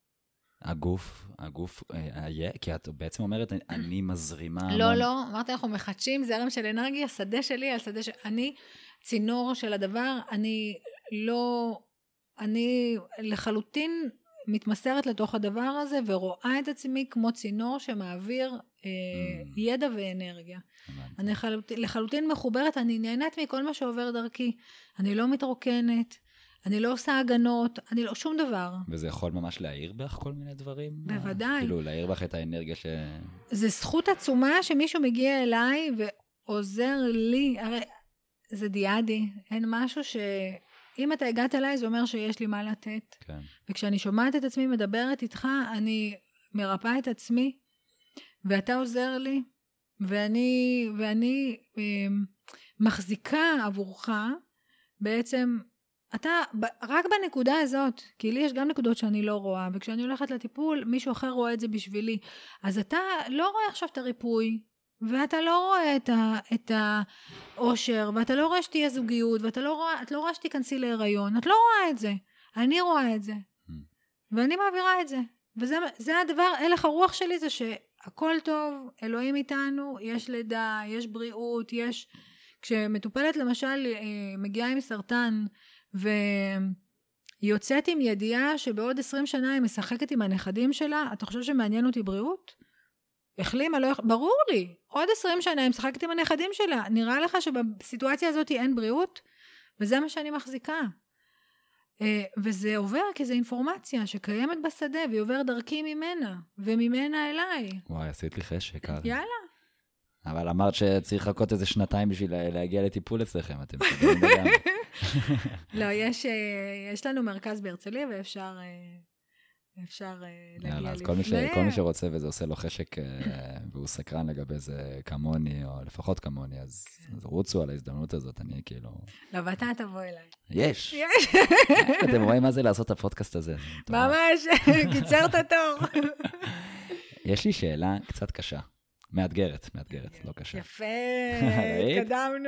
הגוף, הגוף, כי את בעצם אומרת, אני מזרימה... לא, לא, אמרת, אנחנו מחדשים זרם של אנרגיה, שדה שלי על שדה של... אני צינור של הדבר, אני לא... אני לחלוטין מתמסרת לתוך הדבר הזה, ורואה את עצמי כמו צינור שמעביר אה, ידע ואנרגיה. אני לחלוטין, לחלוטין מחוברת, אני נהנית מכל מה שעובר דרכי. אני לא מתרוקנת, אני לא עושה הגנות, אני לא, שום דבר. וזה יכול ממש להעיר בך כל מיני דברים? בוודאי. כאילו, להעיר בך את האנרגיה ש... זה זכות עצומה שמישהו מגיע אליי ועוזר לי, הרי זה דיאדי, אין משהו ש... אם אתה הגעת אליי, זה אומר שיש לי מה לתת. כן. וכשאני שומעת את עצמי מדברת איתך, אני מרפאה את עצמי, ואתה עוזר לי, ואני, ואני אה, מחזיקה עבורך, בעצם, אתה, רק בנקודה הזאת, כי לי יש גם נקודות שאני לא רואה, וכשאני הולכת לטיפול, מישהו אחר רואה את זה בשבילי. אז אתה לא רואה עכשיו את הריפוי, ואתה לא רואה את, ה, את האושר, ואתה לא רואה שתהיה זוגיות, ואתה לא רואה, את לא רואה שתיכנסי להיריון, את לא רואה את זה. אני רואה את זה. Mm. ואני מעבירה את זה. וזה זה הדבר, הלך הרוח שלי זה שהכל טוב, אלוהים איתנו, יש לידה, יש בריאות, יש... כשמטופלת למשל מגיעה עם סרטן, והיא יוצאת עם ידיעה שבעוד עשרים שנה היא משחקת עם הנכדים שלה, אתה חושב שמעניין אותי בריאות? החלימה, לא, ברור לי, עוד עשרים שנה היא משחקת עם הנכדים שלה, נראה לך שבסיטואציה הזאת אין בריאות? וזה מה שאני מחזיקה. וזה עובר כי זה אינפורמציה שקיימת בשדה, והיא עובר דרכי ממנה, וממנה אליי. וואי, עשית לי חשק. יאללה. אבל אמרת שצריך לחכות איזה שנתיים בשביל להגיע לטיפול אצלכם, אתם שגרים בגמרי. לא, יש, יש לנו מרכז בהרצליה, ואפשר אפשר להגיע יאללה, אז לפני. כל מי, ש... כל מי שרוצה וזה עושה לו חשק והוא סקרן לגבי זה כמוני, או לפחות כמוני, אז, אז רוצו על ההזדמנות הזאת, אני כאילו... לא, ואתה תבוא אליי. יש! אתם רואים מה זה לעשות את הפודקאסט הזה? ממש, קיצר את התור. יש לי שאלה קצת קשה. מאתגרת, מאתגרת, לא קשה. יפה, התקדמנו.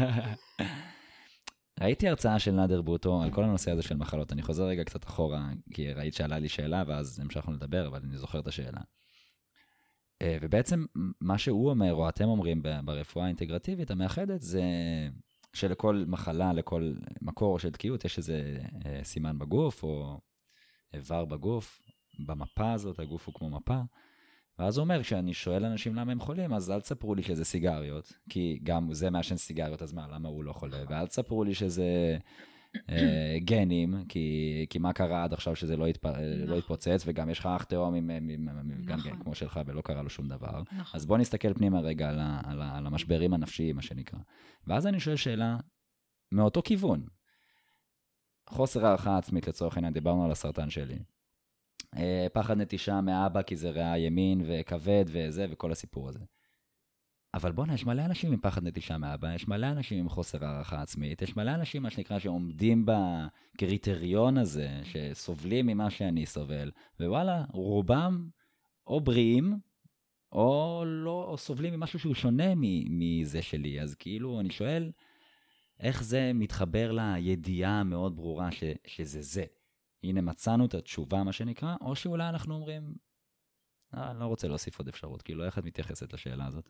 ראיתי הרצאה של נאדר בוטו על כל הנושא הזה של מחלות. אני חוזר רגע קצת אחורה, כי ראית שעלה לי שאלה, ואז המשכנו לדבר, אבל אני זוכר את השאלה. ובעצם מה שהוא אומר, או אתם אומרים ברפואה האינטגרטיבית המאחדת, זה שלכל מחלה, לכל מקור של תקיעות, יש איזה סימן בגוף, או איבר בגוף, במפה הזאת, הגוף הוא כמו מפה. ואז הוא אומר, כשאני שואל אנשים למה הם חולים, אז אל תספרו לי שזה סיגריות, כי גם זה מעשן סיגריות, אז מה, למה הוא לא חולה? ואל תספרו לי שזה אה, גנים, כי, כי מה קרה עד עכשיו שזה לא, התפ... לא התפוצץ, וגם יש לך אח תאום עם, עם, עם, עם גן גן כמו שלך, ולא קרה לו שום דבר. נכון. אז בוא נסתכל פנימה רגע על, ה, על, ה, על המשברים הנפשיים, מה שנקרא. ואז אני שואל שאלה מאותו כיוון. חוסר הערכה עצמית לצורך העניין, דיברנו על הסרטן שלי. פחד נטישה מאבא, כי זה ריאה ימין וכבד וזה וכל הסיפור הזה. אבל בוא'נה, יש מלא אנשים עם פחד נטישה מאבא, יש מלא אנשים עם חוסר הערכה עצמית, יש מלא אנשים, מה שנקרא, שעומדים בקריטריון הזה, שסובלים ממה שאני סובל, ווואלה, רובם או בריאים, או לא, או סובלים ממשהו שהוא שונה מזה שלי. אז כאילו, אני שואל, איך זה מתחבר לידיעה המאוד ברורה ש, שזה זה? הנה מצאנו את התשובה, מה שנקרא, או שאולי אנחנו אומרים, אה, אני לא רוצה להוסיף עוד אפשרות, כאילו, איך את מתייחסת לשאלה הזאת?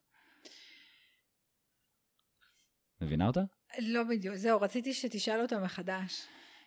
מבינה אותה? לא בדיוק, זהו, רציתי שתשאל אותה מחדש.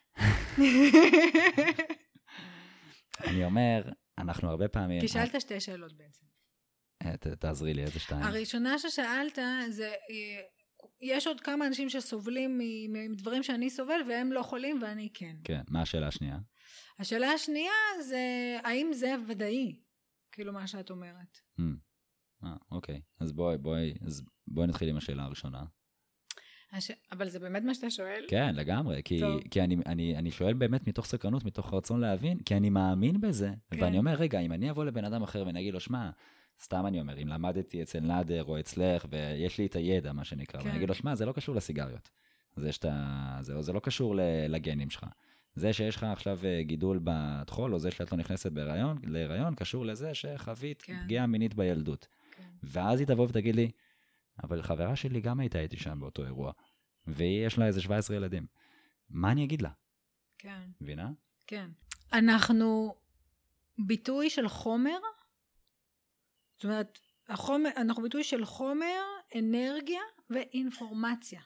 אני אומר, אנחנו הרבה פעמים... כי שאלת שתי שאלות בעצם. ת, תעזרי לי, איזה שתיים? הראשונה ששאלת, זה, יש עוד כמה אנשים שסובלים מדברים שאני סובל, והם לא חולים ואני כן. כן, מה השאלה השנייה? השאלה השנייה זה, האם זה ודאי? כאילו מה שאת אומרת. אה, אוקיי. אז בואי, בואי, אז בואי נתחיל עם השאלה הראשונה. הש... אבל זה באמת מה שאתה שואל? כן, לגמרי, כי, כי אני, אני, אני שואל באמת מתוך סקרנות, מתוך רצון להבין, כי אני מאמין בזה, כן. ואני אומר, רגע, אם אני אבוא לבן אדם אחר ונגיד לו, שמה, סתם אני אומר, אם למדתי אצל נאדר או אצלך, ויש לי את הידע, מה שנקרא, כן. ואני אגיד לו, שמה, זה לא קשור לסיגריות. זה, שאתה, זה, זה לא קשור לגנים שלך. זה שיש לך עכשיו גידול בתחול, או זה שאת לא נכנסת בהיריון, להיריון, קשור לזה שחווית כן. פגיעה מינית בילדות. כן. ואז היא תבוא ותגיד לי, אבל חברה שלי גם הייתה איתי שם באותו אירוע, והיא יש לה איזה שבעה עשר ילדים. מה אני אגיד לה? כן. מבינה? כן. אנחנו ביטוי של חומר, זאת אומרת, החומר, אנחנו ביטוי של חומר, אנרגיה ואינפורמציה.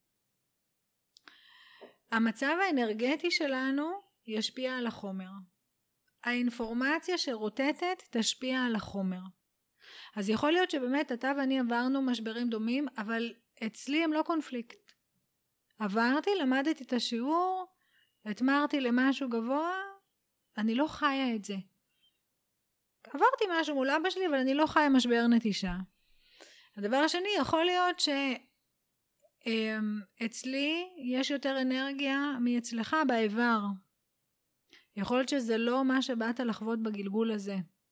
המצב האנרגטי שלנו ישפיע על החומר. האינפורמציה שרוטטת תשפיע על החומר. אז יכול להיות שבאמת אתה ואני עברנו משברים דומים, אבל אצלי הם לא קונפליקט. עברתי, למדתי את השיעור, התמרתי למשהו גבוה, אני לא חיה את זה. עברתי משהו מול אבא שלי, אבל אני לא חיה משבר נטישה. הדבר השני, יכול להיות שאצלי יש יותר אנרגיה מאצלך באיבר. יכול להיות שזה לא מה שבאת לחוות בגלגול הזה.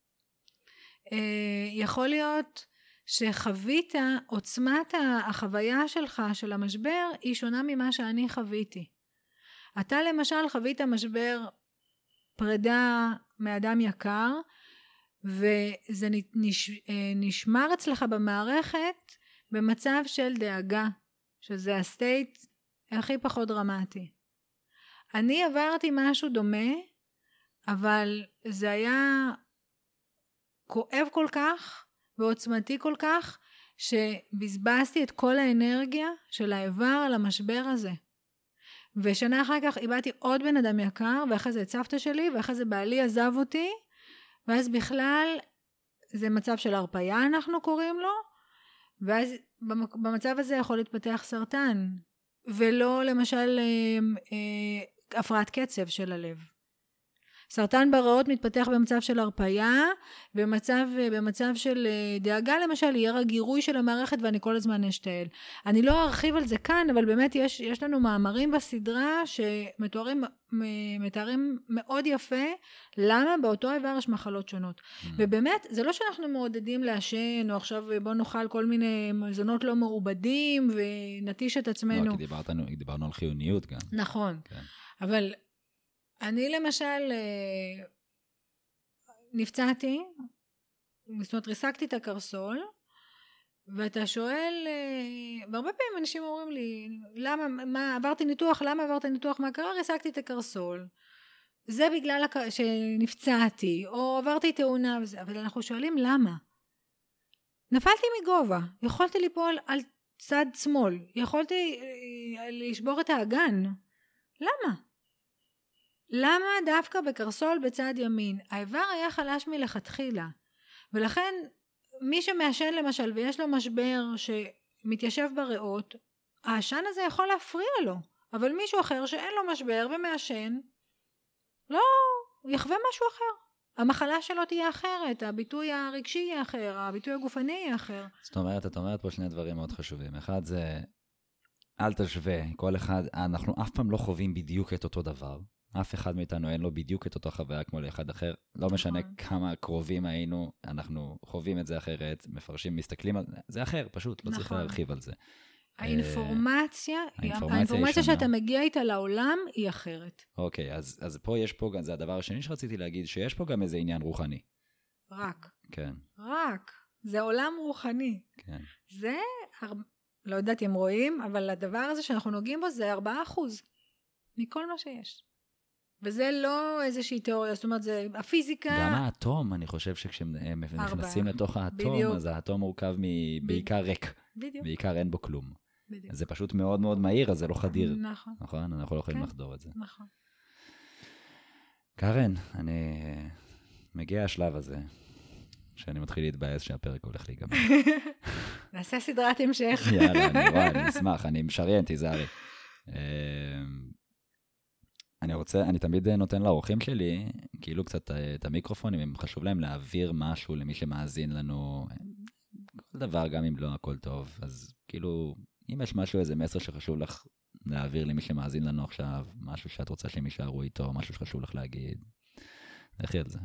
יכול להיות שחווית, עוצמת החוויה שלך של המשבר היא שונה ממה שאני חוויתי. אתה למשל חווית משבר פרידה מאדם יקר, וזה נשמר אצלך במערכת במצב של דאגה, שזה הסטייט הכי פחות דרמטי. אני עברתי משהו דומה, אבל זה היה כואב כל כך ועוצמתי כל כך, שבזבזתי את כל האנרגיה של האיבר על המשבר הזה. ושנה אחר כך איבדתי עוד בן אדם יקר, ואחרי זה את סבתא שלי, ואחרי זה בעלי עזב אותי, ואז בכלל זה מצב של הרפאיה אנחנו קוראים לו, ואז במצב הזה יכול להתפתח סרטן, ולא למשל אה, אה, הפרעת קצב של הלב. סרטן בריאות מתפתח במצב של הרפאיה, במצב, במצב של דאגה למשל, יהיה גירוי של המערכת ואני כל הזמן אשתעל. אני לא ארחיב על זה כאן, אבל באמת יש, יש לנו מאמרים בסדרה שמתוארים, מתארים מאוד יפה, למה באותו איבר יש מחלות שונות. Mm. ובאמת, זה לא שאנחנו מעודדים לעשן, או עכשיו בוא נאכל כל מיני מזונות לא מעובדים, ונטיש את עצמנו. לא, כי דיברנו, דיברנו על חיוניות גם. נכון. כן. אבל אני למשל נפצעתי, זאת אומרת ריסקתי את הקרסול, ואתה שואל, והרבה פעמים אנשים אומרים לי, למה, מה, עברתי ניתוח, למה עברתי ניתוח, מה קרה? ריסקתי את הקרסול. זה בגלל שנפצעתי, או עברתי תאונה וזה, אבל אנחנו שואלים למה? נפלתי מגובה, יכולתי ליפול על צד שמאל, יכולתי לשבור את האגן. למה? למה דווקא בקרסול בצד ימין? האיבר היה חלש מלכתחילה, ולכן מי שמעשן למשל ויש לו משבר שמתיישב בריאות, העשן הזה יכול להפריע לו, אבל מישהו אחר שאין לו משבר ומעשן, לא, הוא יחווה משהו אחר. המחלה שלו תהיה אחרת, הביטוי הרגשי יהיה אחר, הביטוי הגופני יהיה אחר. זאת אומרת, את אומרת פה שני דברים מאוד חשובים. אחד זה, אל תשווה, כל אחד, אנחנו אף פעם לא חווים בדיוק את אותו דבר. אף אחד מאיתנו אין לו בדיוק את אותו חוויה כמו לאחד אחר. לא משנה כמה קרובים היינו, אנחנו חווים את זה אחרת, מפרשים, מסתכלים על זה אחר, פשוט, לא צריך להרחיב על זה. האינפורמציה, האינפורמציה שאתה מגיע איתה לעולם היא אחרת. אוקיי, אז, אז פה יש פה, זה הדבר השני שרציתי להגיד, שיש פה גם איזה עניין רוחני. רק. כן. רק. זה עולם רוחני. כן. זה, לא יודעת אם רואים, אבל הדבר הזה שאנחנו נוגעים בו זה ארבעה אחוז מכל מה שיש. וזה לא איזושהי תיאוריה, זאת אומרת, זה הפיזיקה. גם האטום, אני חושב שכשהם נכנסים לתוך האטום, בדיוק. אז האטום מורכב מבעיקר ריק. בדיוק. בעיקר אין בו כלום. בדיוק. זה פשוט מאוד מאוד מהיר, אז זה לא חדיר. נכון. נכון? אנחנו לא יכולים כן. לחדור את זה. נכון. קרן, אני מגיע השלב הזה, שאני מתחיל להתבאס שהפרק הולך להיגמר. נעשה סדרת המשך. יאללה, אני רואה, אני אשמח, אני משריין, תיזהרי. אני רוצה, אני תמיד נותן לאורחים שלי, כאילו קצת את המיקרופונים, אם חשוב להם להעביר משהו למי שמאזין לנו, כל דבר, גם אם לא הכל טוב, אז כאילו, אם יש משהו, איזה מסר שחשוב לך להעביר למי שמאזין לנו עכשיו, משהו שאת רוצה שהם יישארו איתו, משהו שחשוב לך להגיד, לכי על זה.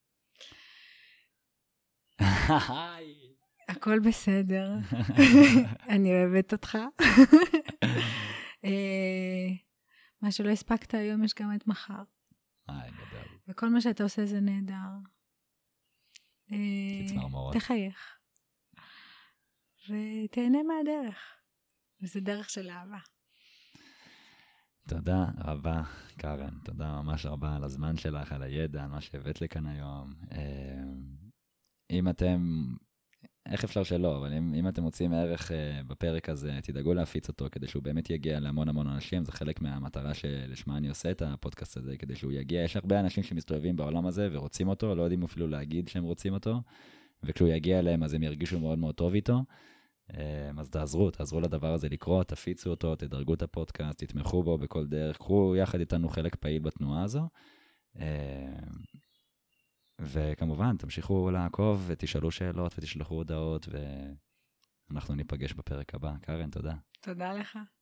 הכל בסדר. אני אוהבת אותך. מה שלא הספקת היום יש גם את מחר. איי, גדל. וכל מה שאתה עושה זה נהדר. תצמרמורות. תחייך. ותהנה מהדרך. וזה דרך של אהבה. תודה רבה, קרן. תודה ממש רבה על הזמן שלך, על הידע, על מה שהבאת לכאן היום. אם אתם... איך אפשר שלא, אבל אם, אם אתם מוצאים ערך uh, בפרק הזה, תדאגו להפיץ אותו, כדי שהוא באמת יגיע להמון המון אנשים, זה חלק מהמטרה שלשמה אני עושה את הפודקאסט הזה, כדי שהוא יגיע, יש הרבה אנשים שמסתובבים בעולם הזה ורוצים אותו, לא יודעים אפילו להגיד שהם רוצים אותו, וכשהוא יגיע אליהם אז הם ירגישו מאוד מאוד טוב איתו, uh, אז תעזרו, תעזרו לדבר הזה לקרוא, תפיצו אותו, תדרגו את הפודקאסט, תתמכו בו בכל דרך, קחו יחד איתנו חלק פעיל בתנועה הזו, uh, וכמובן, תמשיכו לעקוב ותשאלו שאלות ותשלחו הודעות, ואנחנו ניפגש בפרק הבא. קרן, תודה. תודה לך.